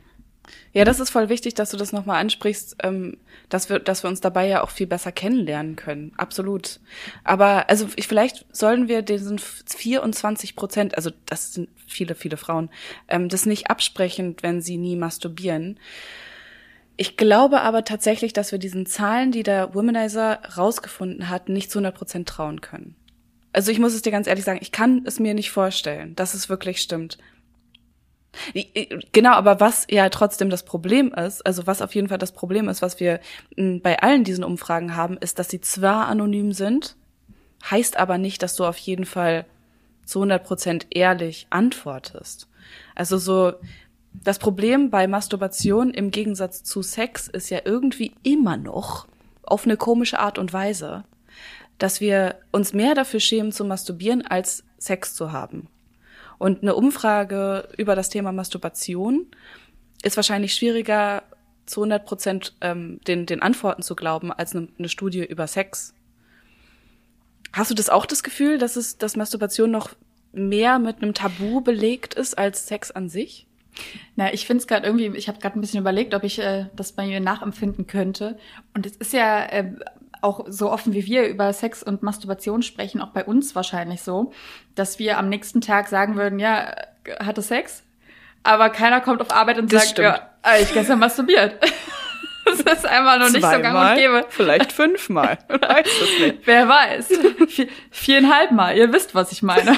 Ja, das ist voll wichtig, dass du das nochmal ansprichst, dass wir uns dabei ja auch viel besser kennenlernen können. Absolut. Aber also vielleicht sollen wir diesen 24%, also das sind viele, viele Frauen, das nicht absprechen, wenn sie nie masturbieren. Ich glaube aber tatsächlich, dass wir diesen Zahlen, die der Womanizer rausgefunden hat, nicht zu 100% trauen können. Also ich muss es dir ganz ehrlich sagen, ich kann es mir nicht vorstellen, dass es wirklich stimmt. Genau, aber was ja trotzdem das Problem ist, also was auf jeden Fall das Problem ist, was wir bei allen diesen Umfragen haben, ist, dass sie zwar anonym sind, heißt aber nicht, dass du auf jeden Fall zu 100% ehrlich antwortest. Also so, das Problem bei Masturbation im Gegensatz zu Sex ist ja irgendwie immer noch auf eine komische Art und Weise, dass wir uns mehr dafür schämen zu masturbieren, als Sex zu haben. Und eine Umfrage über das Thema Masturbation ist wahrscheinlich schwieriger, zu 100% den Antworten zu glauben, als eine Studie über Sex. Hast du das auch das Gefühl, dass Masturbation noch mehr mit einem Tabu belegt ist als Sex an sich? Na, ich finde es gerade irgendwie, ich habe gerade ein bisschen überlegt, ob ich das bei mir nachempfinden könnte. Und es ist ja auch so offen, wie wir über Sex und Masturbation sprechen, auch bei uns wahrscheinlich so, dass wir am nächsten Tag sagen würden, ja, hatte Sex, aber keiner kommt auf Arbeit und sagt, ja, ich gestern masturbiert. Das ist einfach noch nicht so gang und gäbe. Vielleicht 5-mal. Weiß es nicht. Wer weiß. 4,5 Mal. Ihr wisst, was ich meine.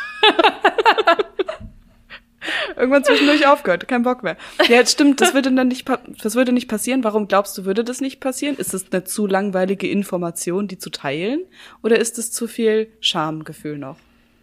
Irgendwann zwischendurch aufgehört, kein Bock mehr. Ja, jetzt stimmt, das würde nicht passieren. Warum glaubst du, würde das nicht passieren? Ist es eine zu langweilige Information, die zu teilen? Oder ist es zu viel Schamgefühl noch?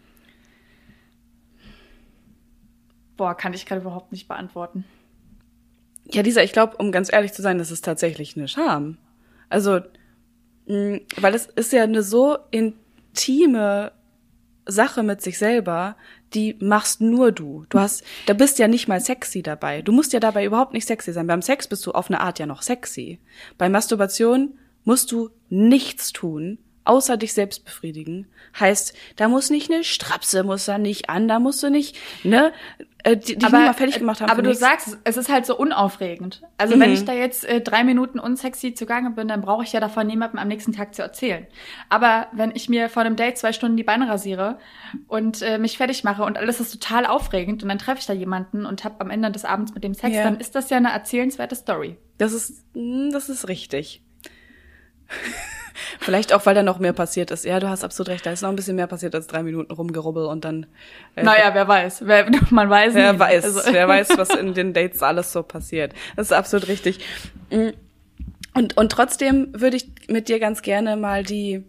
Boah, kann ich gerade überhaupt nicht beantworten. Ja, Lisa, ich glaube, um ganz ehrlich zu sein, das ist tatsächlich eine Scham. Also, weil es ist ja eine so intime Sache mit sich selber, die machst nur du. Da bist ja nicht mal sexy dabei. Du musst ja dabei überhaupt nicht sexy sein. Beim Sex bist du auf eine Art ja noch sexy. Bei Masturbation musst du nichts tun, außer dich selbst befriedigen. Heißt, da muss nicht eine Strapse, muss da nicht an, da musst du nicht, die mal fertig gemacht haben. Aber du sagst, es ist halt so unaufregend. Also wenn ich da jetzt 3 Minuten unsexy zugange bin, dann brauche ich ja davon niemandem am nächsten Tag zu erzählen. Aber wenn ich mir vor einem Date 2 Stunden die Beine rasiere und mich fertig mache und alles ist total aufregend und dann treffe ich da jemanden und habe am Ende des Abends mit dem Sex, dann ist das ja eine erzählenswerte Story. Das ist richtig. Vielleicht auch, weil da noch mehr passiert ist. Ja, du hast absolut recht. Da ist noch ein bisschen mehr passiert als 3 Minuten rumgerubbel und dann. Naja, wer weiß. Man weiß nicht. Wer weiß, was in den Dates alles so passiert. Das ist absolut richtig. Und trotzdem würde ich mit dir ganz gerne mal den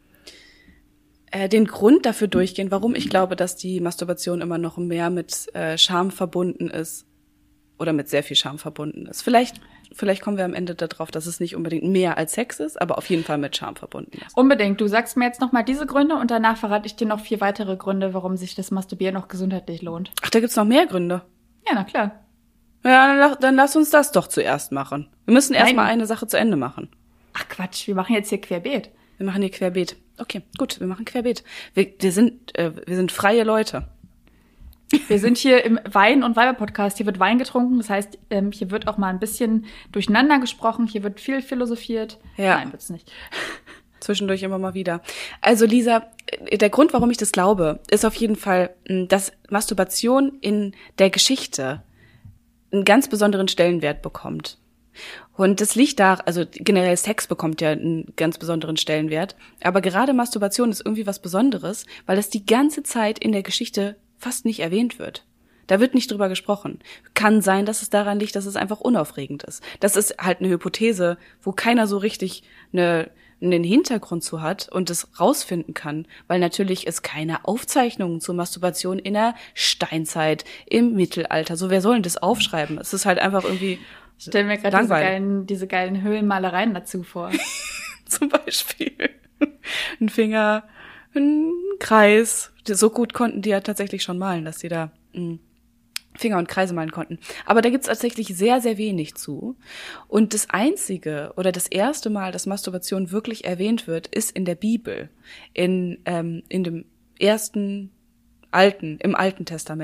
Grund dafür durchgehen, warum ich glaube, dass die Masturbation immer noch mehr mit Scham verbunden ist. Oder mit sehr viel Scham verbunden ist. Vielleicht kommen wir am Ende darauf, dass es nicht unbedingt mehr als Sex ist, aber auf jeden Fall mit Scham verbunden ist. Unbedingt. Du sagst mir jetzt nochmal diese Gründe und danach verrate ich dir noch 4 weitere Gründe, warum sich das Masturbieren auch gesundheitlich lohnt. Ach, da gibt's noch mehr Gründe? Ja, na klar. Ja, dann lass uns das doch zuerst machen. Wir müssen erstmal eine Sache zu Ende machen. Ach Quatsch, wir machen jetzt hier querbeet. Wir machen hier querbeet. Okay, gut, wir machen querbeet. Wir sind freie Leute. Wir sind hier im Wein- und Weiber-Podcast. Hier wird Wein getrunken. Das heißt, hier wird auch mal ein bisschen durcheinander gesprochen. Hier wird viel philosophiert. Ja. Nein, wird's nicht. Zwischendurch immer mal wieder. Also Lisa, der Grund, warum ich das glaube, ist auf jeden Fall, dass Masturbation in der Geschichte einen ganz besonderen Stellenwert bekommt. Und das liegt da, also generell Sex bekommt ja einen ganz besonderen Stellenwert. Aber gerade Masturbation ist irgendwie was Besonderes, weil es die ganze Zeit in der Geschichte fast nicht erwähnt wird. Da wird nicht drüber gesprochen. Kann sein, dass es daran liegt, dass es einfach unaufregend ist. Das ist halt eine Hypothese, wo keiner so richtig einen Hintergrund zu hat und es rausfinden kann, weil natürlich es keine Aufzeichnungen zur Masturbation in der Steinzeit, im Mittelalter, so wer soll denn das aufschreiben? Es ist halt einfach irgendwie ich stell mir gerade diese geilen Höhlenmalereien dazu vor. Zum Beispiel ein Finger, ein Kreis. So gut konnten die ja tatsächlich schon malen, dass sie da Finger und Kreise malen konnten. Aber da gibt's tatsächlich sehr, sehr wenig zu. Und das einzige oder das erste Mal, dass Masturbation wirklich erwähnt wird, ist in der Bibel. In dem im Alten Testament.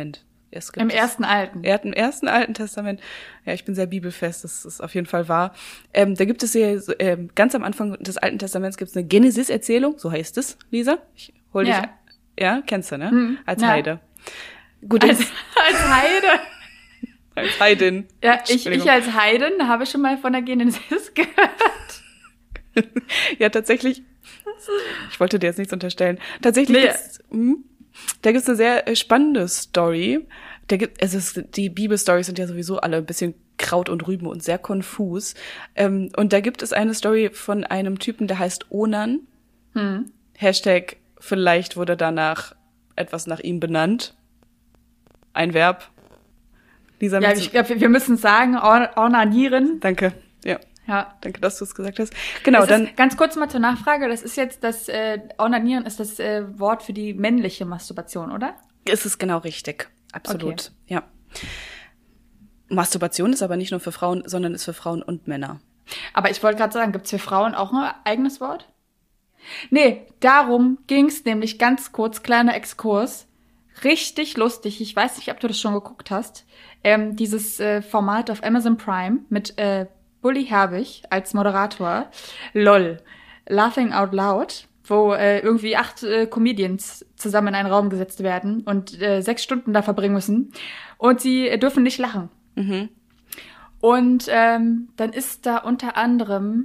Im ersten Alten. Er hat im ersten Alten Testament, ja, ich bin sehr bibelfest, das ist auf jeden Fall wahr. Da gibt es hier, ganz am Anfang des Alten Testaments gibt es eine Genesis-Erzählung, so heißt es, Lisa. Ich hol dich, ja, kennst du, ne? Als Heide. Gut, als Heide. Als Heidin. Ja, ich als Heidin habe schon mal von der Genesis gehört. Ja, tatsächlich, ich wollte dir jetzt nichts unterstellen. Tatsächlich da gibt's eine sehr spannende Story. Die Bibelstories sind ja sowieso alle ein bisschen Kraut und Rüben und sehr konfus. Und da gibt es eine Story von einem Typen, der heißt Onan. Hashtag, vielleicht wurde danach etwas nach ihm benannt. Ein Verb. Lisa, ja, ich glaube, wir müssen sagen, ornanieren. Danke, ja. Danke, dass du es gesagt hast. Genau, dann ganz kurz mal zur Nachfrage. Das ist jetzt Ornanieren ist das Wort für die männliche Masturbation, oder? Ist es genau richtig. Absolut, okay. Ja. Masturbation ist aber nicht nur für Frauen, sondern ist für Frauen und Männer. Aber ich wollte gerade sagen, gibt's für Frauen auch ein eigenes Wort? Nee, darum ging's nämlich ganz kurz, kleiner Exkurs. Richtig lustig. Ich weiß nicht, ob du das schon geguckt hast. Dieses Format auf Amazon Prime mit Bully Herbig als Moderator. LOL. Laughing Out Loud. Wo irgendwie 8 Comedians zusammen in einen Raum gesetzt werden und 6 Stunden da verbringen müssen. Und sie dürfen nicht lachen. Mhm. Und dann ist da unter anderem,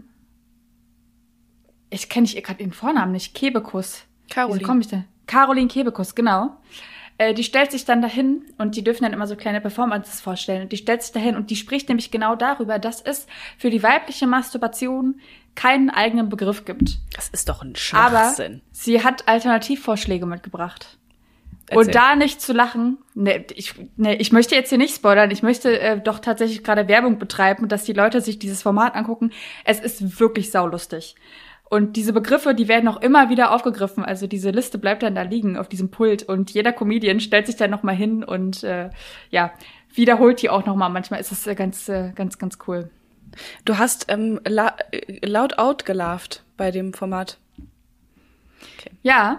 ich kenne gerade den Vornamen nicht, Kebekus. Caroline. Wie komme ich denn? Caroline Kebekus, genau. Die stellt sich dann dahin und die dürfen dann immer so kleine Performances vorstellen. Und die stellt sich dahin und die spricht nämlich genau darüber, dass es für die weibliche Masturbation keinen eigenen Begriff gibt. Das ist doch ein Schwachsinn. Aber sie hat Alternativvorschläge mitgebracht. Erzähl. Und da nicht zu lachen, ich möchte jetzt hier nicht spoilern, ich möchte doch tatsächlich gerade Werbung betreiben, dass die Leute sich dieses Format angucken. Es ist wirklich saulustig. Und diese Begriffe, die werden auch immer wieder aufgegriffen. Also diese Liste bleibt dann da liegen auf diesem Pult. Und jeder Comedian stellt sich dann noch mal hin und wiederholt die auch noch mal. Manchmal ist es ganz cool. Du hast laut out gelaughed bei dem Format. Okay. Ja.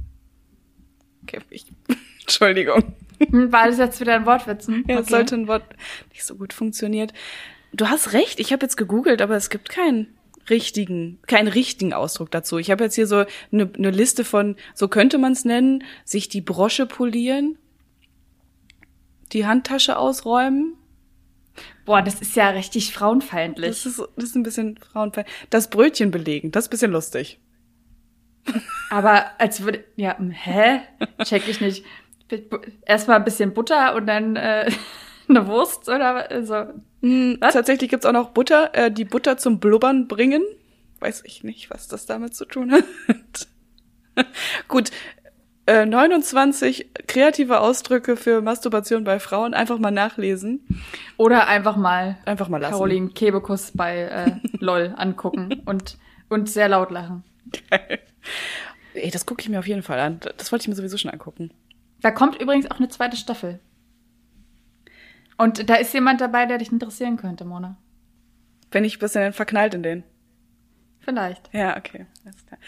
Okay, Entschuldigung. War das jetzt wieder ein Wortwitzen? Ja, es sollte ein Wort nicht so gut funktioniert. Du hast recht, ich habe jetzt gegoogelt, aber es gibt keinen richtigen Ausdruck dazu. Ich habe jetzt hier so eine Liste von, so könnte man es nennen, sich die Brosche polieren, die Handtasche ausräumen. Boah, das ist ja richtig frauenfeindlich. Das ist ein bisschen frauenfeindlich. Das Brötchen belegen, das ist ein bisschen lustig. Aber als würde, check ich nicht. Erstmal ein bisschen Butter und dann eine Wurst oder so. Tatsächlich gibt's auch noch Butter, die Butter zum Blubbern bringen. Weiß ich nicht, was das damit zu tun hat. Gut, 29 kreative Ausdrücke für Masturbation bei Frauen. Einfach mal nachlesen. Oder einfach mal lassen. Caroline Kebekus bei LOL angucken und sehr laut lachen. Geil. Ey, das gucke ich mir auf jeden Fall an. Das wollte ich mir sowieso schon angucken. Da kommt übrigens auch eine 2. Staffel. Und da ist jemand dabei, der dich interessieren könnte, Mona. Wenn ich ein bisschen verknallt in den. Vielleicht. Ja, okay. Alles klar.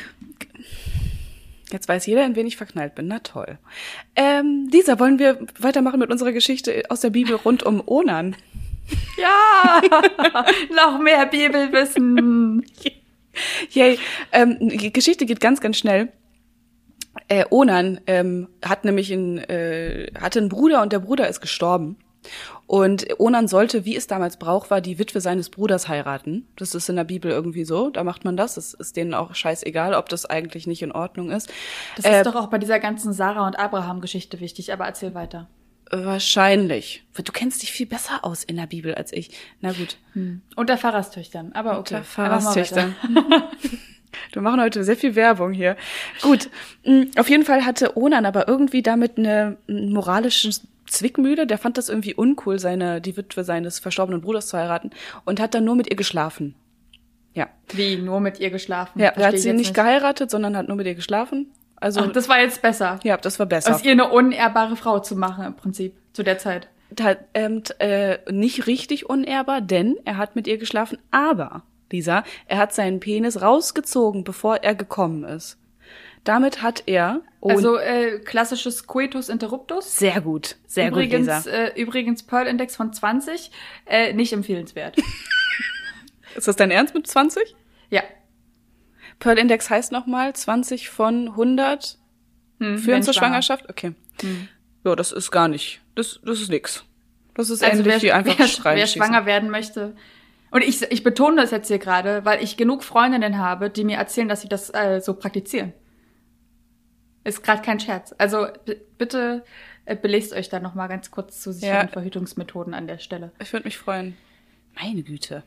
Jetzt weiß jeder, in wen ich verknallt bin. Na toll. Lisa, wollen wir weitermachen mit unserer Geschichte aus der Bibel rund um Onan? Ja! Noch mehr Bibelwissen! Yay. Die Geschichte geht ganz, ganz schnell. Onan hatte einen Bruder und der Bruder ist gestorben. Und Onan sollte, wie es damals Brauch war, die Witwe seines Bruders heiraten. Das ist in der Bibel irgendwie so, da macht man das. Das ist denen auch scheißegal, ob das eigentlich nicht in Ordnung ist. Das ist doch auch bei dieser ganzen Sarah- und Abraham-Geschichte wichtig, aber erzähl weiter. Wahrscheinlich. Du kennst dich viel besser aus in der Bibel als ich. Na gut. Unter Pfarrerstöchtern, aber okay. Unter Pfarrerstöchtern. Wir machen heute sehr viel Werbung hier. Gut, auf jeden Fall hatte Onan aber irgendwie damit eine moralische Zwickmühle. Der fand das irgendwie uncool, die Witwe seines verstorbenen Bruders zu heiraten und hat dann nur mit ihr geschlafen. Ja. Wie, nur mit ihr geschlafen? Ja, er hat sie nicht geheiratet, sondern hat nur mit ihr geschlafen. Also, ach, das war jetzt besser. Ja, das war besser. Aus ihr eine unehrbare Frau zu machen im Prinzip, zu der Zeit. Nicht richtig unehrbar, denn er hat mit ihr geschlafen, aber, Lisa, er hat seinen Penis rausgezogen, bevor er gekommen ist. Damit hat er... Also klassisches Coitus interruptus. Sehr gut, sehr gut, Lisa. Übrigens Pearl-Index von 20, nicht empfehlenswert. Ist das dein Ernst mit 20? Ja. Pearl-Index heißt nochmal 20 von 100 führen zur Schwangerschaft? Okay. Ja, das ist gar nicht, das ist nix. Das ist also ähnlich wie einfach schreien. Wer schwanger werden möchte. Und ich betone das jetzt hier gerade, weil ich genug Freundinnen habe, die mir erzählen, dass sie das so praktizieren. Ist gerade kein Scherz. Also bitte belest euch da noch mal ganz kurz zu sicheren Verhütungsmethoden an der Stelle. Ich würde mich freuen. Meine Güte.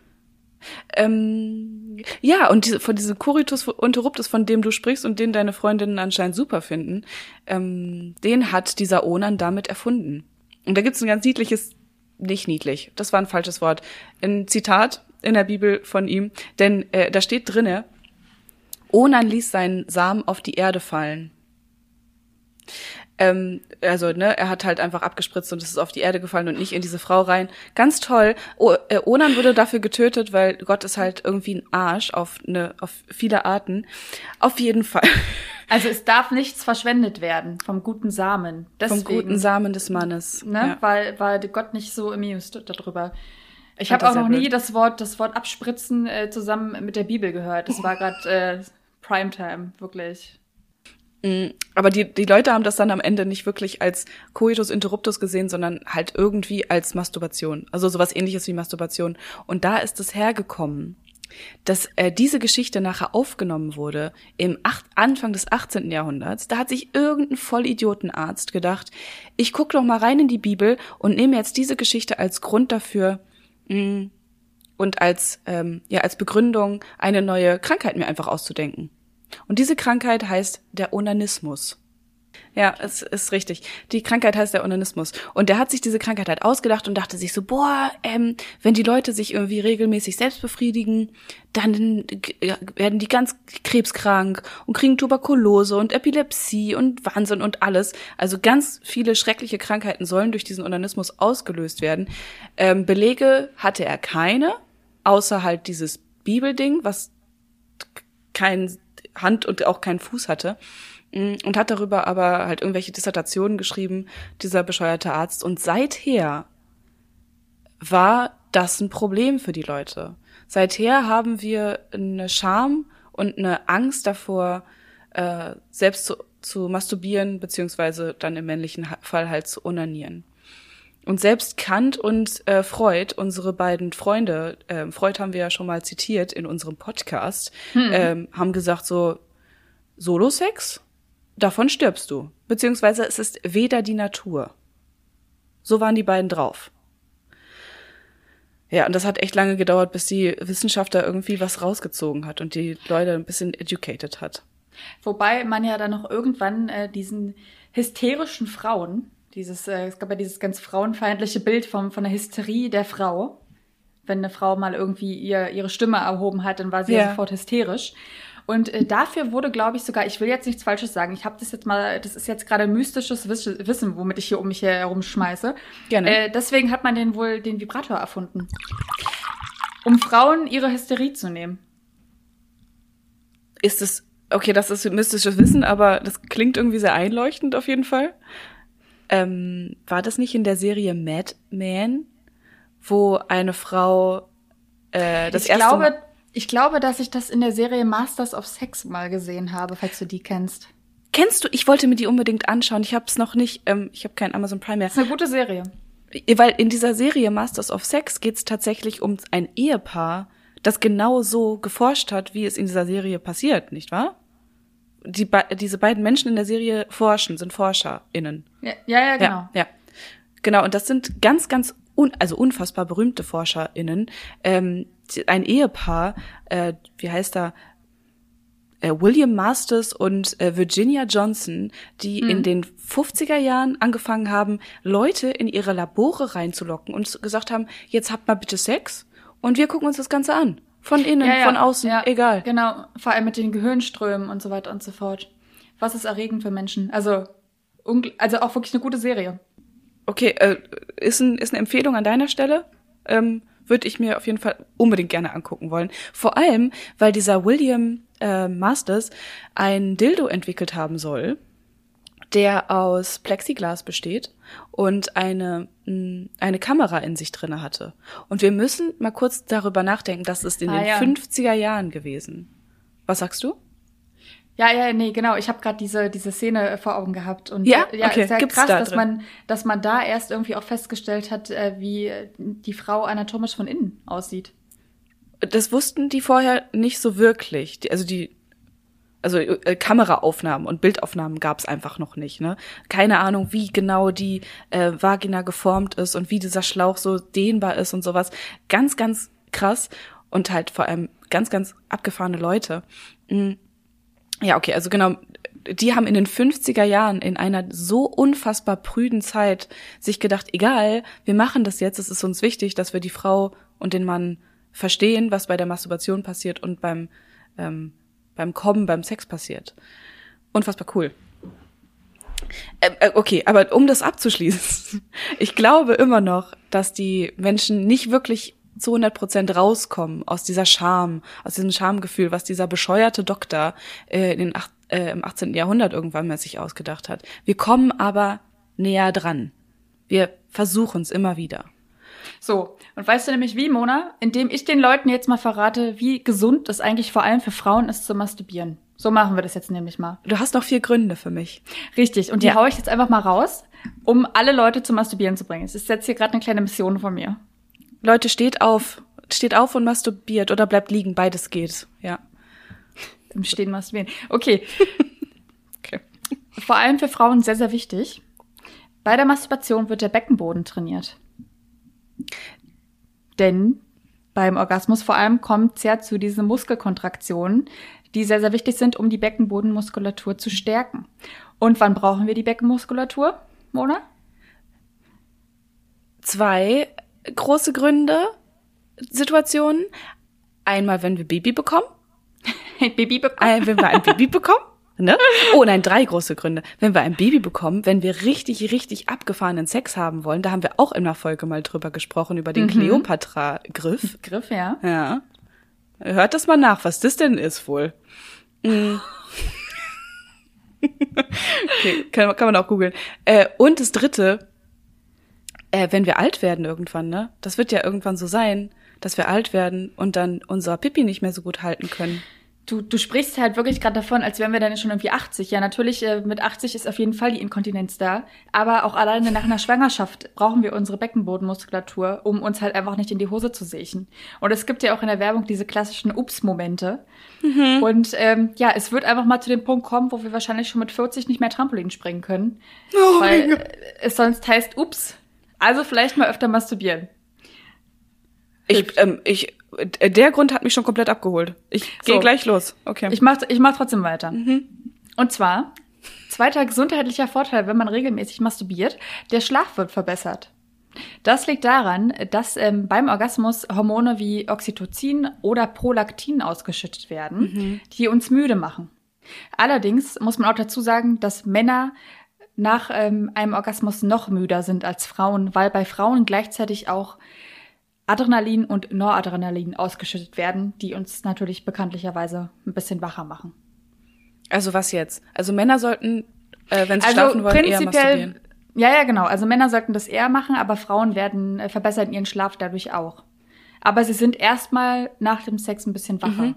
Ja, und von diesem Coitus interruptus, von dem du sprichst und den deine Freundinnen anscheinend super finden, den hat dieser Onan damit erfunden. Und da gibt's ein ganz niedliches, nicht niedlich, das war ein falsches Wort, ein Zitat in der Bibel von ihm, denn da steht drinne, Onan ließ seinen Samen auf die Erde fallen. Er hat halt einfach abgespritzt und es ist auf die Erde gefallen und nicht in diese Frau rein. Ganz toll. Onan wurde dafür getötet, weil Gott ist halt irgendwie ein Arsch auf viele Arten. Auf jeden Fall. Also es darf nichts verschwendet werden vom guten Samen. Deswegen, vom guten Samen des Mannes. Ne? Ja. Weil Gott nicht so amused darüber. Ich habe auch noch nie das Wort abspritzen zusammen mit der Bibel gehört. Das war gerade Primetime, wirklich. Aber die Leute haben das dann am Ende nicht wirklich als Coitus interruptus gesehen, sondern halt irgendwie als Masturbation. Also sowas Ähnliches wie Masturbation. Und da ist es hergekommen, dass diese Geschichte nachher aufgenommen wurde im Anfang des 18. Jahrhunderts. Da hat sich irgendein Vollidiotenarzt gedacht, ich gucke doch mal rein in die Bibel und nehme jetzt diese Geschichte als Grund dafür und als Begründung, eine neue Krankheit mir einfach auszudenken. Und diese Krankheit heißt der Onanismus. Ja, es ist richtig. Die Krankheit heißt der Onanismus. Und der hat sich diese Krankheit halt ausgedacht und dachte sich so, wenn die Leute sich irgendwie regelmäßig selbst befriedigen, dann werden die ganz krebskrank und kriegen Tuberkulose und Epilepsie und Wahnsinn und alles. Also ganz viele schreckliche Krankheiten sollen durch diesen Onanismus ausgelöst werden. Belege hatte er keine, außer halt dieses Bibelding, was kein Hand und auch keinen Fuß hatte. Und hat darüber aber halt irgendwelche Dissertationen geschrieben, dieser bescheuerte Arzt. Und seither war das ein Problem für die Leute. Seither haben wir eine Scham und eine Angst davor, selbst zu masturbieren, beziehungsweise dann im männlichen Fall halt zu onanieren. Und selbst Kant und Freud, unsere beiden Freunde, Freud haben wir ja schon mal zitiert in unserem Podcast, haben gesagt so, Solosex, davon stirbst du. Beziehungsweise es ist weder die Natur. So waren die beiden drauf. Ja, und das hat echt lange gedauert, bis die Wissenschaft da irgendwie was rausgezogen hat und die Leute ein bisschen educated hat. Wobei man ja dann noch irgendwann diesen hysterischen Frauen, es gab ja dieses ganz frauenfeindliche Bild von der Hysterie der Frau. Wenn eine Frau mal irgendwie ihre Stimme erhoben hat, dann war sie ja sofort hysterisch. Und dafür wurde, glaube ich, sogar, ich will jetzt nichts Falsches sagen, ich habe das ist jetzt gerade mystisches Wissen, womit ich hier um mich herumschmeiße. Gerne. Deswegen hat man den Vibrator erfunden. Um Frauen ihre Hysterie zu nehmen. Ist es, okay, das ist mystisches Wissen, aber das klingt irgendwie sehr einleuchtend auf jeden Fall. War das nicht in der Serie Mad Men, wo eine Frau Ich glaube, dass ich das in der Serie Masters of Sex mal gesehen habe, falls du die kennst. Kennst du? Ich wollte mir die unbedingt anschauen. Ich habe es noch nicht. Ich habe kein Amazon Prime mehr. Das ist eine gute Serie. Weil in dieser Serie Masters of Sex geht es tatsächlich um ein Ehepaar, das genau so geforscht hat, wie es in dieser Serie passiert, nicht wahr? Diese beiden Menschen in der Serie sind ForscherInnen. Ja, genau. Ja. Genau, und das sind ganz, ganz unfassbar berühmte ForscherInnen. Ein Ehepaar, wie heißt er? William Masters und Virginia Johnson, die in den 50er Jahren angefangen haben, Leute in ihre Labore reinzulocken und gesagt haben, jetzt habt mal bitte Sex und wir gucken uns das Ganze an. Von innen, von außen, egal. Genau, vor allem mit den Gehirnströmen und so weiter und so fort. Was ist erregend für Menschen? Also auch wirklich eine gute Serie. Okay, ist eine Empfehlung an deiner Stelle. Würde würde ich mir auf jeden Fall unbedingt gerne angucken wollen. Vor allem, weil dieser William Masters ein Dildo entwickelt haben soll, der aus Plexiglas besteht und eine Kamera in sich drinne hatte. Und wir müssen mal kurz darüber nachdenken, das ist in den 50er Jahren gewesen. Was sagst du? Ja, nee, genau. Ich habe gerade diese Szene vor Augen gehabt. Und okay. Ist ja Gibt's krass, da dass man da erst irgendwie auch festgestellt hat, wie die Frau anatomisch von innen aussieht. Das wussten die vorher nicht so wirklich. Kameraaufnahmen und Bildaufnahmen gab's einfach noch nicht, ne? Keine Ahnung, wie genau die Vagina geformt ist und wie dieser Schlauch so dehnbar ist und sowas. Ganz, ganz krass und halt vor allem ganz, ganz abgefahrene Leute. Ja, okay, also genau, die haben in den 50er Jahren in einer so unfassbar prüden Zeit sich gedacht, egal, wir machen das jetzt, es ist uns wichtig, dass wir die Frau und den Mann verstehen, was bei der Masturbation passiert und beim Kommen, beim Sex passiert. Unfassbar cool. Okay, aber um das abzuschließen, ich glaube immer noch, dass die Menschen nicht wirklich zu 100% rauskommen aus dieser Scham, aus diesem Schamgefühl, was dieser bescheuerte Doktor im 18. Jahrhundert irgendwann mal sich ausgedacht hat. Wir kommen aber näher dran. Wir versuchen es immer wieder. So, und weißt du nämlich wie, Mona? Indem ich den Leuten jetzt mal verrate, wie gesund es eigentlich vor allem für Frauen ist zu masturbieren. So machen wir das jetzt nämlich mal. Du hast noch 4 Gründe für mich. Richtig, und die haue ich jetzt einfach mal raus, um alle Leute zum Masturbieren zu bringen. Es ist jetzt hier gerade eine kleine Mission von mir. Leute, steht auf und masturbiert oder bleibt liegen, beides geht, ja. Im Stehen masturbieren. Okay. Vor allem für Frauen sehr, sehr wichtig. Bei der Masturbation wird der Beckenboden trainiert. Denn beim Orgasmus vor allem kommt es ja zu diesen Muskelkontraktionen, die sehr, sehr wichtig sind, um die Beckenbodenmuskulatur zu stärken. Und wann brauchen wir die Beckenmuskulatur, Mona? 2 große Gründe, Situationen. Einmal, wenn wir Baby bekommen. Wenn wir ein Baby bekommen. Ne? Oh nein, 3 große Gründe. Wenn wir ein Baby bekommen, wenn wir richtig, richtig abgefahrenen Sex haben wollen, da haben wir auch in einer Folge mal drüber gesprochen, über den Kleopatra-Griff. Griff, ja. Ja. Hört das mal nach, was das denn ist wohl. Okay, kann man auch googeln. Und das 3, wenn wir alt werden irgendwann, ne? Das wird ja irgendwann so sein, dass wir alt werden und dann unser Pipi nicht mehr so gut halten können. Du sprichst halt wirklich gerade davon, als wären wir dann schon irgendwie 80. Ja, natürlich, mit 80 ist auf jeden Fall die Inkontinenz da. Aber auch alleine nach einer Schwangerschaft brauchen wir unsere Beckenbodenmuskulatur, um uns halt einfach nicht in die Hose zu siechen. Und es gibt ja auch in der Werbung diese klassischen Ups-Momente. Mhm. Und es wird einfach mal zu dem Punkt kommen, wo wir wahrscheinlich schon mit 40 nicht mehr Trampolin springen können. Oh, weil es sonst heißt Ups. Also vielleicht mal öfter masturbieren. Der Grund hat mich schon komplett abgeholt. Ich gehe gleich los. Okay. Ich mach trotzdem weiter. Mhm. Und zwar, 2. gesundheitlicher Vorteil, wenn man regelmäßig masturbiert, der Schlaf wird verbessert. Das liegt daran, dass beim Orgasmus Hormone wie Oxytocin oder Prolaktin ausgeschüttet werden, die uns müde machen. Allerdings muss man auch dazu sagen, dass Männer nach einem Orgasmus noch müder sind als Frauen, weil bei Frauen gleichzeitig auch Adrenalin und Noradrenalin ausgeschüttet werden, die uns natürlich bekanntlicherweise ein bisschen wacher machen. Also was jetzt? Also Männer sollten, wenn sie schlafen wollen, eher masturbieren? Ja, genau. Also Männer sollten das eher machen, aber Frauen verbessern ihren Schlaf dadurch auch. Aber sie sind erstmal nach dem Sex ein bisschen wacher.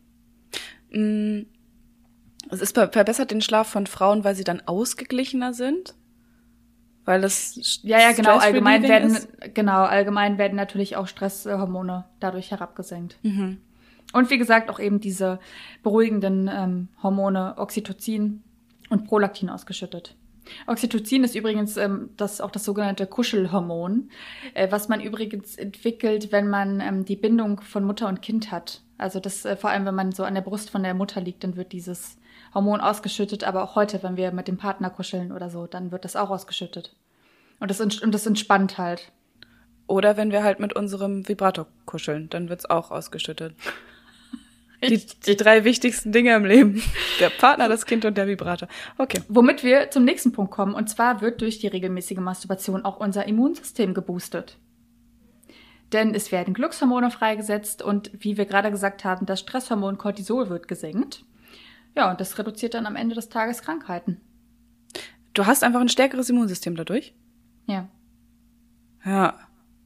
Es verbessert den Schlaf von Frauen, weil sie dann ausgeglichener sind? Weil das genau. Allgemein werden natürlich auch Stresshormone dadurch herabgesenkt. Mhm. Und wie gesagt, auch eben diese beruhigenden Hormone Oxytocin und Prolaktin ausgeschüttet. Oxytocin ist übrigens das sogenannte Kuschelhormon, was man übrigens entwickelt, wenn man die Bindung von Mutter und Kind hat. Also das vor allem, wenn man so an der Brust von der Mutter liegt, dann wird dieses Hormon ausgeschüttet, aber auch heute, wenn wir mit dem Partner kuscheln oder so, dann wird das auch ausgeschüttet. Und das entspannt halt. Oder wenn wir halt mit unserem Vibrator kuscheln, dann wird's auch ausgeschüttet. Die 3 wichtigsten Dinge im Leben. Der Partner, das Kind und der Vibrator. Okay. Womit wir zum nächsten Punkt kommen. Und zwar wird durch die regelmäßige Masturbation auch unser Immunsystem geboostet. denn es werden Glückshormone freigesetzt und wie wir gerade gesagt haben, das Stresshormon Cortisol wird gesenkt. Ja, und das reduziert dann am Ende des Tages Krankheiten. Du hast einfach ein stärkeres Immunsystem dadurch? Ja. Ja.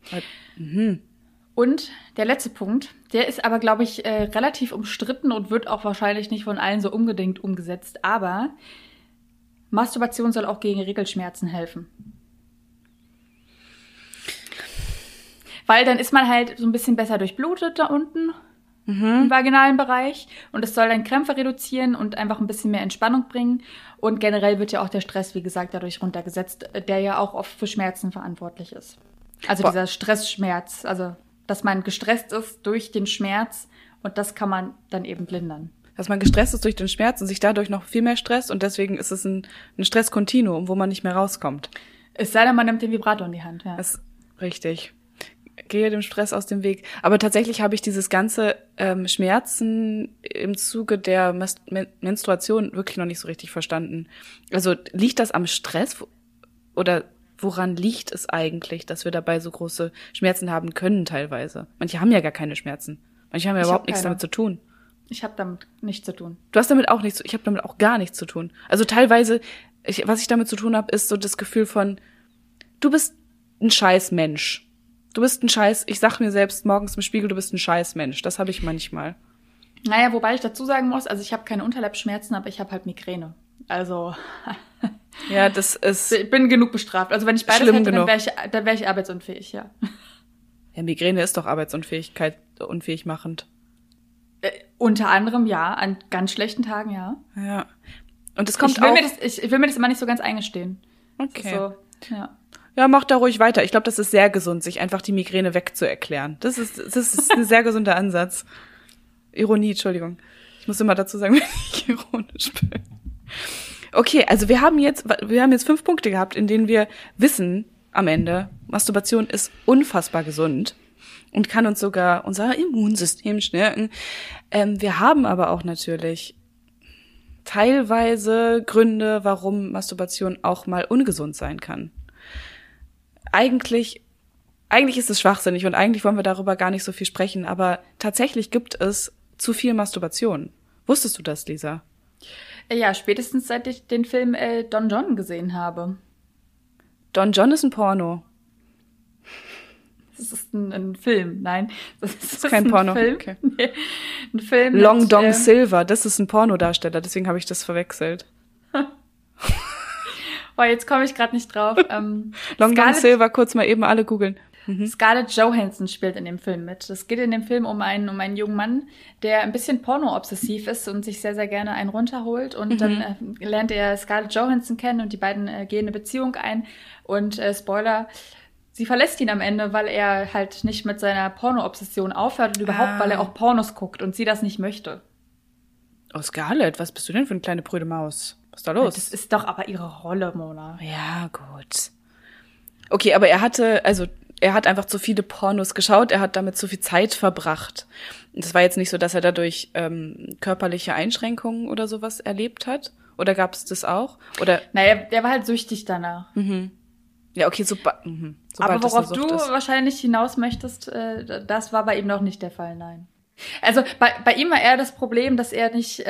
Und der letzte Punkt, der ist aber, glaube ich, relativ umstritten und wird auch wahrscheinlich nicht von allen so unbedingt umgesetzt. Aber Masturbation soll auch gegen Regelschmerzen helfen. Weil dann ist man halt so ein bisschen besser durchblutet da unten im vaginalen Bereich. Und es soll dann Krämpfe reduzieren und einfach ein bisschen mehr Entspannung bringen. Und generell wird ja auch der Stress, wie gesagt, dadurch runtergesetzt, der ja auch oft für Schmerzen verantwortlich ist. Also dieser Stressschmerz, also dass man gestresst ist durch den Schmerz und das kann man dann eben lindern. Dass man gestresst ist durch den Schmerz und sich dadurch noch viel mehr stresst und deswegen ist es ein Stresskontinuum, wo man nicht mehr rauskommt. Es sei denn, man nimmt den Vibrator in die Hand. Ja. Das ist richtig. Gehe dem Stress aus dem Weg. Aber tatsächlich habe ich dieses ganze Schmerzen im Zuge der Menstruation wirklich noch nicht so richtig verstanden. Also liegt das am Stress oder woran liegt es eigentlich, dass wir dabei so große Schmerzen haben können teilweise? Manche haben ja gar keine Schmerzen. Manche haben ja überhaupt nichts damit zu tun. Ich habe damit nichts zu tun. Du hast damit auch nichts, ich habe damit auch gar nichts zu tun. Also teilweise, was ich damit zu tun habe, ist so das Gefühl von, du bist ein scheiß Mensch. Du bist ein scheiß, ich sag mir selbst morgens im Spiegel, du bist ein scheiß Mensch. Das habe ich manchmal. Naja, wobei ich dazu sagen muss, also ich habe keine Unterleibsschmerzen, aber ich habe halt Migräne. Also ja, das ist. Ich bin genug bestraft. Also wenn ich beides hätte, dann wäre ich arbeitsunfähig, ja. Ja, Migräne ist doch unfähig machend. Unter anderem ja, an ganz schlechten Tagen ja. Ja. Und es kommt ich will mir das immer nicht so ganz eingestehen. Okay. So, ja. Ja, mach da ruhig weiter. Ich glaube, das ist sehr gesund, sich einfach die Migräne wegzuerklären. Das ist ein sehr gesunder Ansatz. Ironie, Entschuldigung. Ich muss immer dazu sagen, wenn ich ironisch bin. Okay, also wir haben jetzt 5 Punkte gehabt, in denen wir wissen am Ende, Masturbation ist unfassbar gesund und kann uns sogar unser Immunsystem stärken. Wir haben aber auch natürlich teilweise Gründe, warum Masturbation auch mal ungesund sein kann. Eigentlich ist es schwachsinnig und eigentlich wollen wir darüber gar nicht so viel sprechen, aber tatsächlich gibt es zu viel Masturbation. Wusstest du das, Lisa? Ja, spätestens seit ich den Film Don John gesehen habe. Don John ist ein Porno. Das ist ein Film, nein. Das ist kein Porno. Film. Okay. Nee, ein Film Long Dong Silver, das ist ein Pornodarsteller, deswegen habe ich das verwechselt. Boah, jetzt komme ich gerade nicht drauf. Long Dong Silver, kurz mal eben alle googeln. Scarlett Johansson spielt in dem Film mit. Es geht in dem Film um einen jungen Mann, der ein bisschen porno-obsessiv ist und sich sehr, sehr gerne einen runterholt. Und dann lernt er Scarlett Johansson kennen und die beiden gehen eine Beziehung ein. Und Spoiler, sie verlässt ihn am Ende, weil er halt nicht mit seiner Porno-Obsession aufhört und überhaupt, weil er auch Pornos guckt und sie das nicht möchte. Oh, Scarlett, was bist du denn für eine kleine prüde Maus? Was ist da los? Das ist doch aber ihre Rolle, Mona. Ja, gut. Okay, aber er hat einfach zu viele Pornos geschaut, er hat damit zu viel Zeit verbracht. Und es war jetzt nicht so, dass er dadurch körperliche Einschränkungen oder sowas erlebt hat. Oder gab es das auch? Oder? Naja, der war halt süchtig danach. Ja, okay, aber worauf du wahrscheinlich hinaus möchtest, das war bei ihm noch nicht der Fall, nein. Also bei ihm war eher das Problem, dass er nicht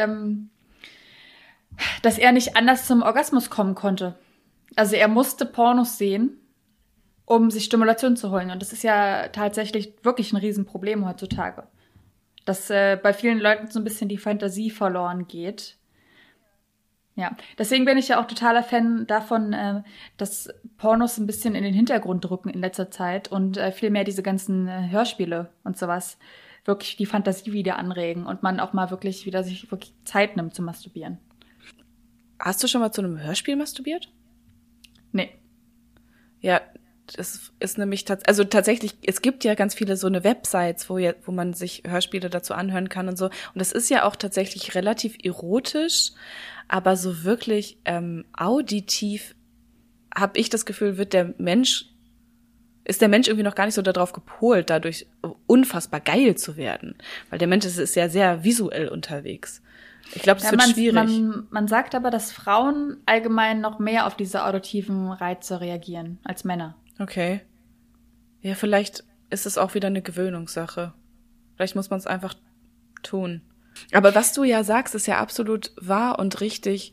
anders zum Orgasmus kommen konnte. Also er musste Pornos sehen, um sich Stimulation zu holen. Und das ist ja tatsächlich wirklich ein Riesenproblem heutzutage. Dass bei vielen Leuten so ein bisschen die Fantasie verloren geht. Ja, deswegen bin ich ja auch totaler Fan davon, dass Pornos ein bisschen in den Hintergrund rücken in letzter Zeit und viel mehr diese ganzen Hörspiele und sowas wirklich die Fantasie wieder anregen und man auch mal wirklich wieder sich wirklich Zeit nimmt zu masturbieren. Hast du schon mal zu einem Hörspiel masturbiert? Nee. Ja, das ist nämlich tatsächlich, es gibt ja ganz viele so eine Websites, wo man sich Hörspiele dazu anhören kann und so. Und das ist ja auch tatsächlich relativ erotisch, aber so wirklich auditiv habe ich das Gefühl, ist der Mensch irgendwie noch gar nicht so darauf gepolt, dadurch unfassbar geil zu werden. Weil der Mensch ist ja sehr visuell unterwegs. Ich glaube, das wird schwierig. Man sagt aber, dass Frauen allgemein noch mehr auf diese auditiven Reize reagieren als Männer. Okay. Ja, vielleicht ist es auch wieder eine Gewöhnungssache. Vielleicht muss man es einfach tun. Aber was du ja sagst, ist ja absolut wahr und richtig,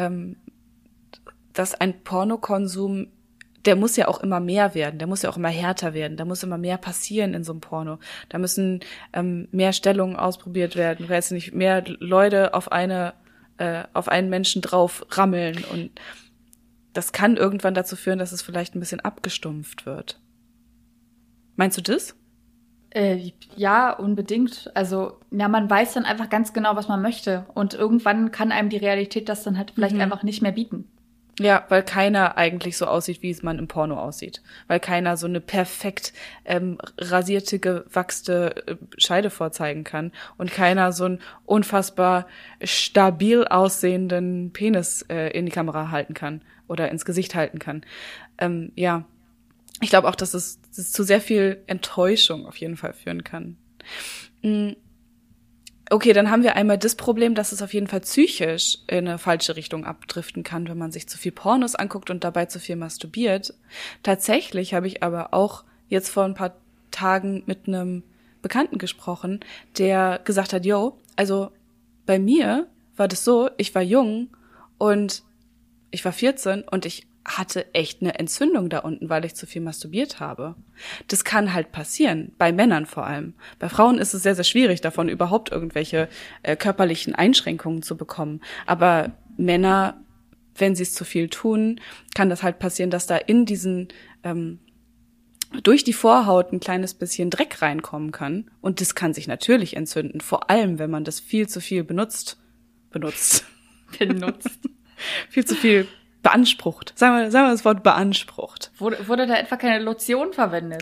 dass ein Pornokonsum, der muss ja auch immer mehr werden, der muss ja auch immer härter werden, da muss immer mehr passieren in so einem Porno. Da müssen mehr Stellungen ausprobiert werden, weiß nicht, mehr Leute auf einen Menschen drauf rammeln, und das kann irgendwann dazu führen, dass es vielleicht ein bisschen abgestumpft wird. Meinst du das? Ja, unbedingt. Also, ja, man weiß dann einfach ganz genau, was man möchte. Und irgendwann kann einem die Realität das dann halt vielleicht einfach nicht mehr bieten. Ja, weil keiner eigentlich so aussieht, wie es man im Porno aussieht. Weil keiner so eine perfekt rasierte, gewachste Scheide vorzeigen kann. Und keiner so einen unfassbar stabil aussehenden Penis in die Kamera halten kann. Oder ins Gesicht halten kann. Ja, ich glaube auch, dass es zu sehr viel Enttäuschung auf jeden Fall führen kann. Okay, dann haben wir einmal das Problem, dass es auf jeden Fall psychisch in eine falsche Richtung abdriften kann, wenn man sich zu viel Pornos anguckt und dabei zu viel masturbiert. Tatsächlich habe ich aber auch jetzt vor ein paar Tagen mit einem Bekannten gesprochen, der gesagt hat, also bei mir war das so, ich war jung und ich war 14 und ich hatte echt eine Entzündung da unten, weil ich zu viel masturbiert habe. Das kann halt passieren, bei Männern vor allem. Bei Frauen ist es sehr, sehr schwierig, davon überhaupt irgendwelche körperlichen Einschränkungen zu bekommen. Aber Männer, wenn sie es zu viel tun, kann das halt passieren, dass da in diesen durch die Vorhaut ein kleines bisschen Dreck reinkommen kann. Und das kann sich natürlich entzünden, vor allem, wenn man das viel zu viel benutzt. Viel zu viel beansprucht. Sagen wir das Wort beansprucht. Wurde da etwa keine Lotion verwendet?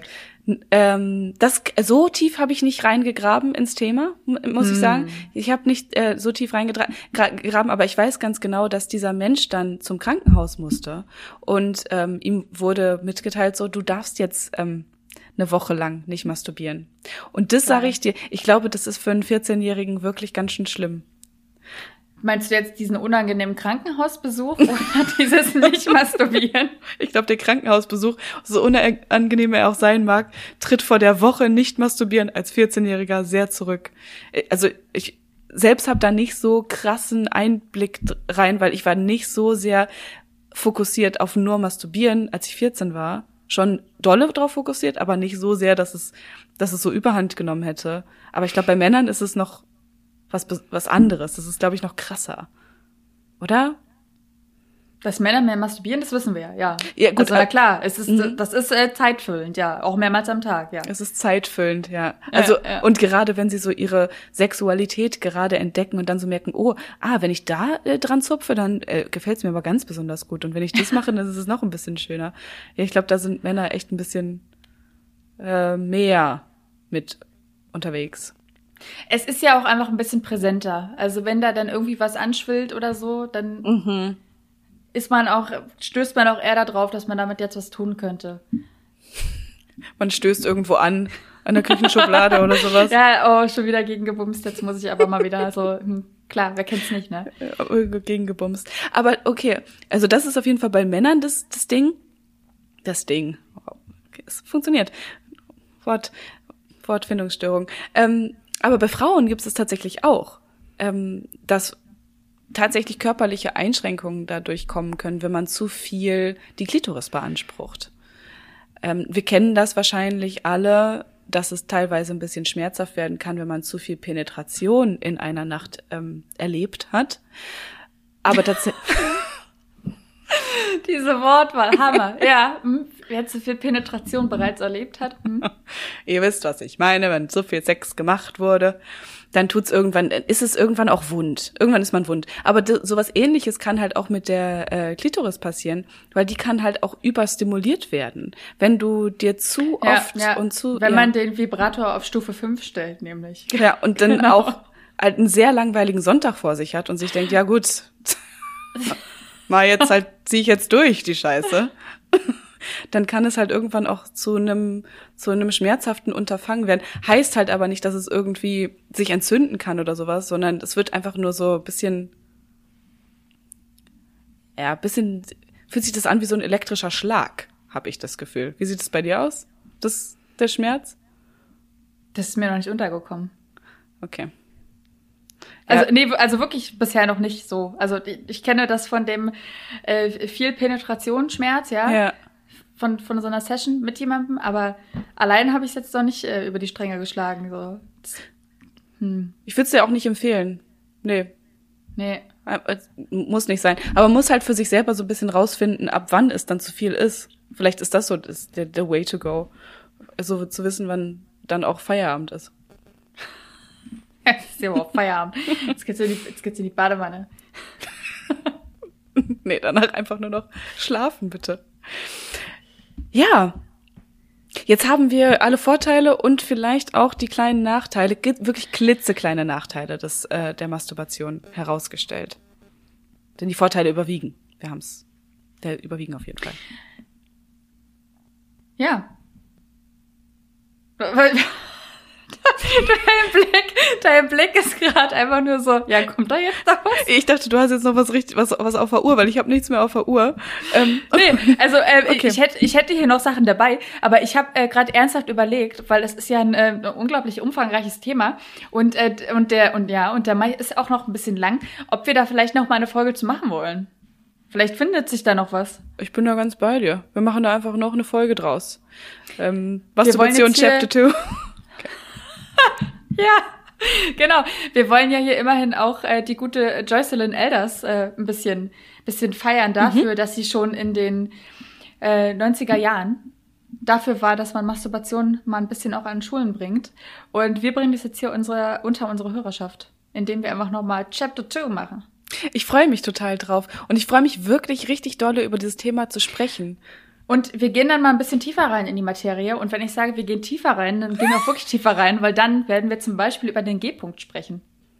So tief habe ich nicht reingegraben ins Thema, muss ich sagen. Ich habe nicht so tief reingegraben, aber ich weiß ganz genau, dass dieser Mensch dann zum Krankenhaus musste und ihm wurde mitgeteilt, so, du darfst jetzt eine Woche lang nicht masturbieren. Und das sage ich dir, ich glaube, das ist für einen 14-Jährigen wirklich ganz schön schlimm. Meinst du jetzt diesen unangenehmen Krankenhausbesuch oder dieses Nicht-Masturbieren? Ich glaube, der Krankenhausbesuch, so unangenehm er auch sein mag, tritt vor der Woche Nicht-Masturbieren als 14-Jähriger sehr zurück. Also ich selbst habe da nicht so krassen Einblick rein, weil ich war nicht so sehr fokussiert auf nur Masturbieren, als ich 14 war. Schon dolle drauf fokussiert, aber nicht so sehr, dass es so Überhand genommen hätte. Aber ich glaube, bei Männern ist es noch was anderes. Das ist, glaube ich, noch krasser. Oder? Dass Männer mehr masturbieren, das wissen wir, ja. Ja, gut. Also, na klar, das ist zeitfüllend, ja. Auch mehrmals am Tag, ja. Es ist zeitfüllend, ja. Also, und gerade wenn sie so ihre Sexualität gerade entdecken und dann so merken, wenn ich da dran zupfe, dann gefällt's mir aber ganz besonders gut. Und wenn ich das mache, dann ist es noch ein bisschen schöner. Ja, ich glaube, da sind Männer echt ein bisschen mehr mit unterwegs. Es ist ja auch einfach ein bisschen präsenter. Also wenn da dann irgendwie was anschwillt oder so, dann stößt man auch eher darauf, dass man damit jetzt was tun könnte. Man stößt irgendwo an der Küchenschublade oder sowas. Ja, schon wieder gegen gebumst. Jetzt muss ich aber mal wieder so, klar, wer kennt's nicht, ne? Gegen gebumst. Aber okay, also das ist auf jeden Fall bei Männern das Ding. Das Ding. Okay, es funktioniert. Wortfindungsstörung. Aber bei Frauen gibt es tatsächlich auch, dass tatsächlich körperliche Einschränkungen dadurch kommen können, wenn man zu viel die Klitoris beansprucht. Wir kennen das wahrscheinlich alle, dass es teilweise ein bisschen schmerzhaft werden kann, wenn man zu viel Penetration in einer Nacht erlebt hat. Aber tatsächlich... Diese Wortwahl, Hammer. Ja, wer zu viel Penetration bereits erlebt hat. Ihr wisst, was ich meine, wenn so viel Sex gemacht wurde, dann ist es irgendwann auch wund. Irgendwann ist man wund. Aber sowas Ähnliches kann halt auch mit der Klitoris passieren, weil die kann halt auch überstimuliert werden. Wenn du dir zu oft und zu... Wenn man den Vibrator auf Stufe 5 stellt, nämlich. Ja, und dann auch halt einen sehr langweiligen Sonntag vor sich hat und sich denkt, ja gut... ziehe ich jetzt durch, die Scheiße. Dann kann es halt irgendwann auch zu einem schmerzhaften Unterfangen werden. Heißt halt aber nicht, dass es irgendwie sich entzünden kann oder sowas, sondern es wird einfach nur so ein bisschen, fühlt sich das an wie so ein elektrischer Schlag, habe ich das Gefühl. Wie sieht es bei dir aus, der Schmerz? Das ist mir noch nicht untergekommen. Okay. Also, Ja. nee, also wirklich bisher noch nicht so. Also ich kenne das von dem viel Penetrationsschmerz, Ja. von so einer Session mit jemandem, aber allein habe ich es jetzt noch nicht über die Stränge geschlagen. So. Ich würde es dir auch nicht empfehlen. Nee. Muss nicht sein. Aber man muss halt für sich selber so ein bisschen rausfinden, ab wann es dann zu viel ist. Vielleicht ist das so der way to go. Also zu wissen, wann dann auch Feierabend ist. Jetzt ist ja überhaupt Feierabend. Jetzt geht's in die Badewanne. Nee, danach einfach nur noch schlafen, bitte. Ja. Jetzt haben wir alle Vorteile und vielleicht auch die kleinen Nachteile, wirklich klitzekleine Nachteile der Masturbation herausgestellt. Denn die Vorteile überwiegen. Überwiegen auf jeden Fall. Ja. Dein Blick ist gerade einfach nur so, ja, kommt da jetzt noch was? Ich dachte, du hast jetzt noch was auf der Uhr, weil ich habe nichts mehr auf der Uhr. Nee, also Okay. ich hätte hier noch Sachen dabei, aber ich habe gerade ernsthaft überlegt, weil das ist ja ein unglaublich umfangreiches Thema und der Mai ist auch noch ein bisschen lang, ob wir da vielleicht noch mal eine Folge zu machen wollen. Vielleicht findet sich da noch was. Ich bin da ganz bei dir. Wir machen da einfach noch eine Folge draus. Masturbation Chapter 2. Ja, genau. Wir wollen ja hier immerhin auch die gute Joycelyn Elders ein bisschen feiern dafür, dass sie schon in den 90er Jahren dafür war, dass man Masturbation mal ein bisschen auch an Schulen bringt. Und wir bringen das jetzt hier unter unsere Hörerschaft, indem wir einfach nochmal Chapter 2 machen. Ich freue mich total drauf. Und ich freue mich wirklich richtig dolle, über dieses Thema zu sprechen. Und wir gehen dann mal ein bisschen tiefer rein in die Materie. Und wenn ich sage, wir gehen tiefer rein, dann gehen wir auch wirklich tiefer rein, weil dann werden wir zum Beispiel über den G-Punkt sprechen.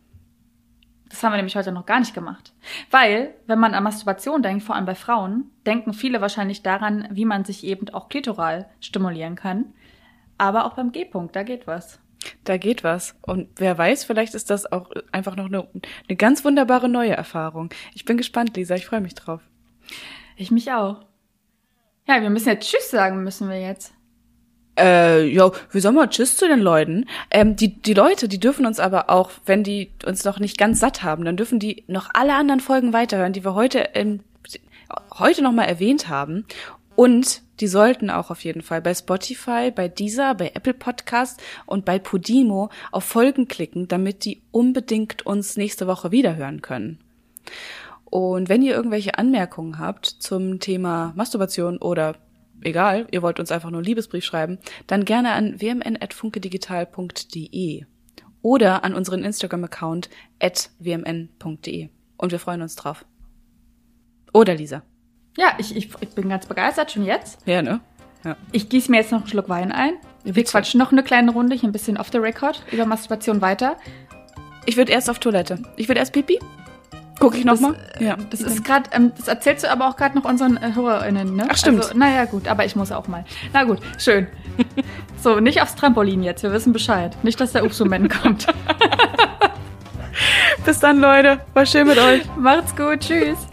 Das haben wir nämlich heute noch gar nicht gemacht. Weil, wenn man an Masturbation denkt, vor allem bei Frauen, denken viele wahrscheinlich daran, wie man sich eben auch klitoral stimulieren kann. Aber auch beim G-Punkt, da geht was. Da geht was. Und wer weiß, vielleicht ist das auch einfach noch eine ganz wunderbare neue Erfahrung. Ich bin gespannt, Lisa. Ich freue mich drauf. Ich mich auch. Ja, wir müssen jetzt Tschüss sagen, müssen wir jetzt. Wie soll man Tschüss zu den Leuten? Die Leute, die dürfen uns aber auch, wenn die uns noch nicht ganz satt haben, dann dürfen die noch alle anderen Folgen weiterhören, die wir heute noch mal erwähnt haben. Und die sollten auch auf jeden Fall bei Spotify, bei Deezer, bei Apple Podcast und bei Podimo auf Folgen klicken, damit die unbedingt uns nächste Woche wiederhören können. Und wenn ihr irgendwelche Anmerkungen habt zum Thema Masturbation oder egal, ihr wollt uns einfach nur einen Liebesbrief schreiben, dann gerne an wmn@funkedigital.de oder an unseren Instagram-Account @wmn.de. Und wir freuen uns drauf. Oder Lisa? Ja, ich bin ganz begeistert, schon jetzt. Ja, ne? Ja. Ich gieße mir jetzt noch einen Schluck Wein ein. Wir quatschen noch eine kleine Runde, hier ein bisschen off the record, über Masturbation weiter. Ich würde erst auf Toilette. Ich würde erst Pipi. Guck ich nochmal? Ja. Das ist gerade, das erzählst du aber auch gerade noch unseren HörerInnen, ne? Ach, stimmt. Also, naja, gut, aber ich muss auch mal. Na gut, schön. So, nicht aufs Trampolin jetzt, wir wissen Bescheid. Nicht, dass der Upsumen kommt. Bis dann, Leute. War schön mit euch. Macht's gut, tschüss.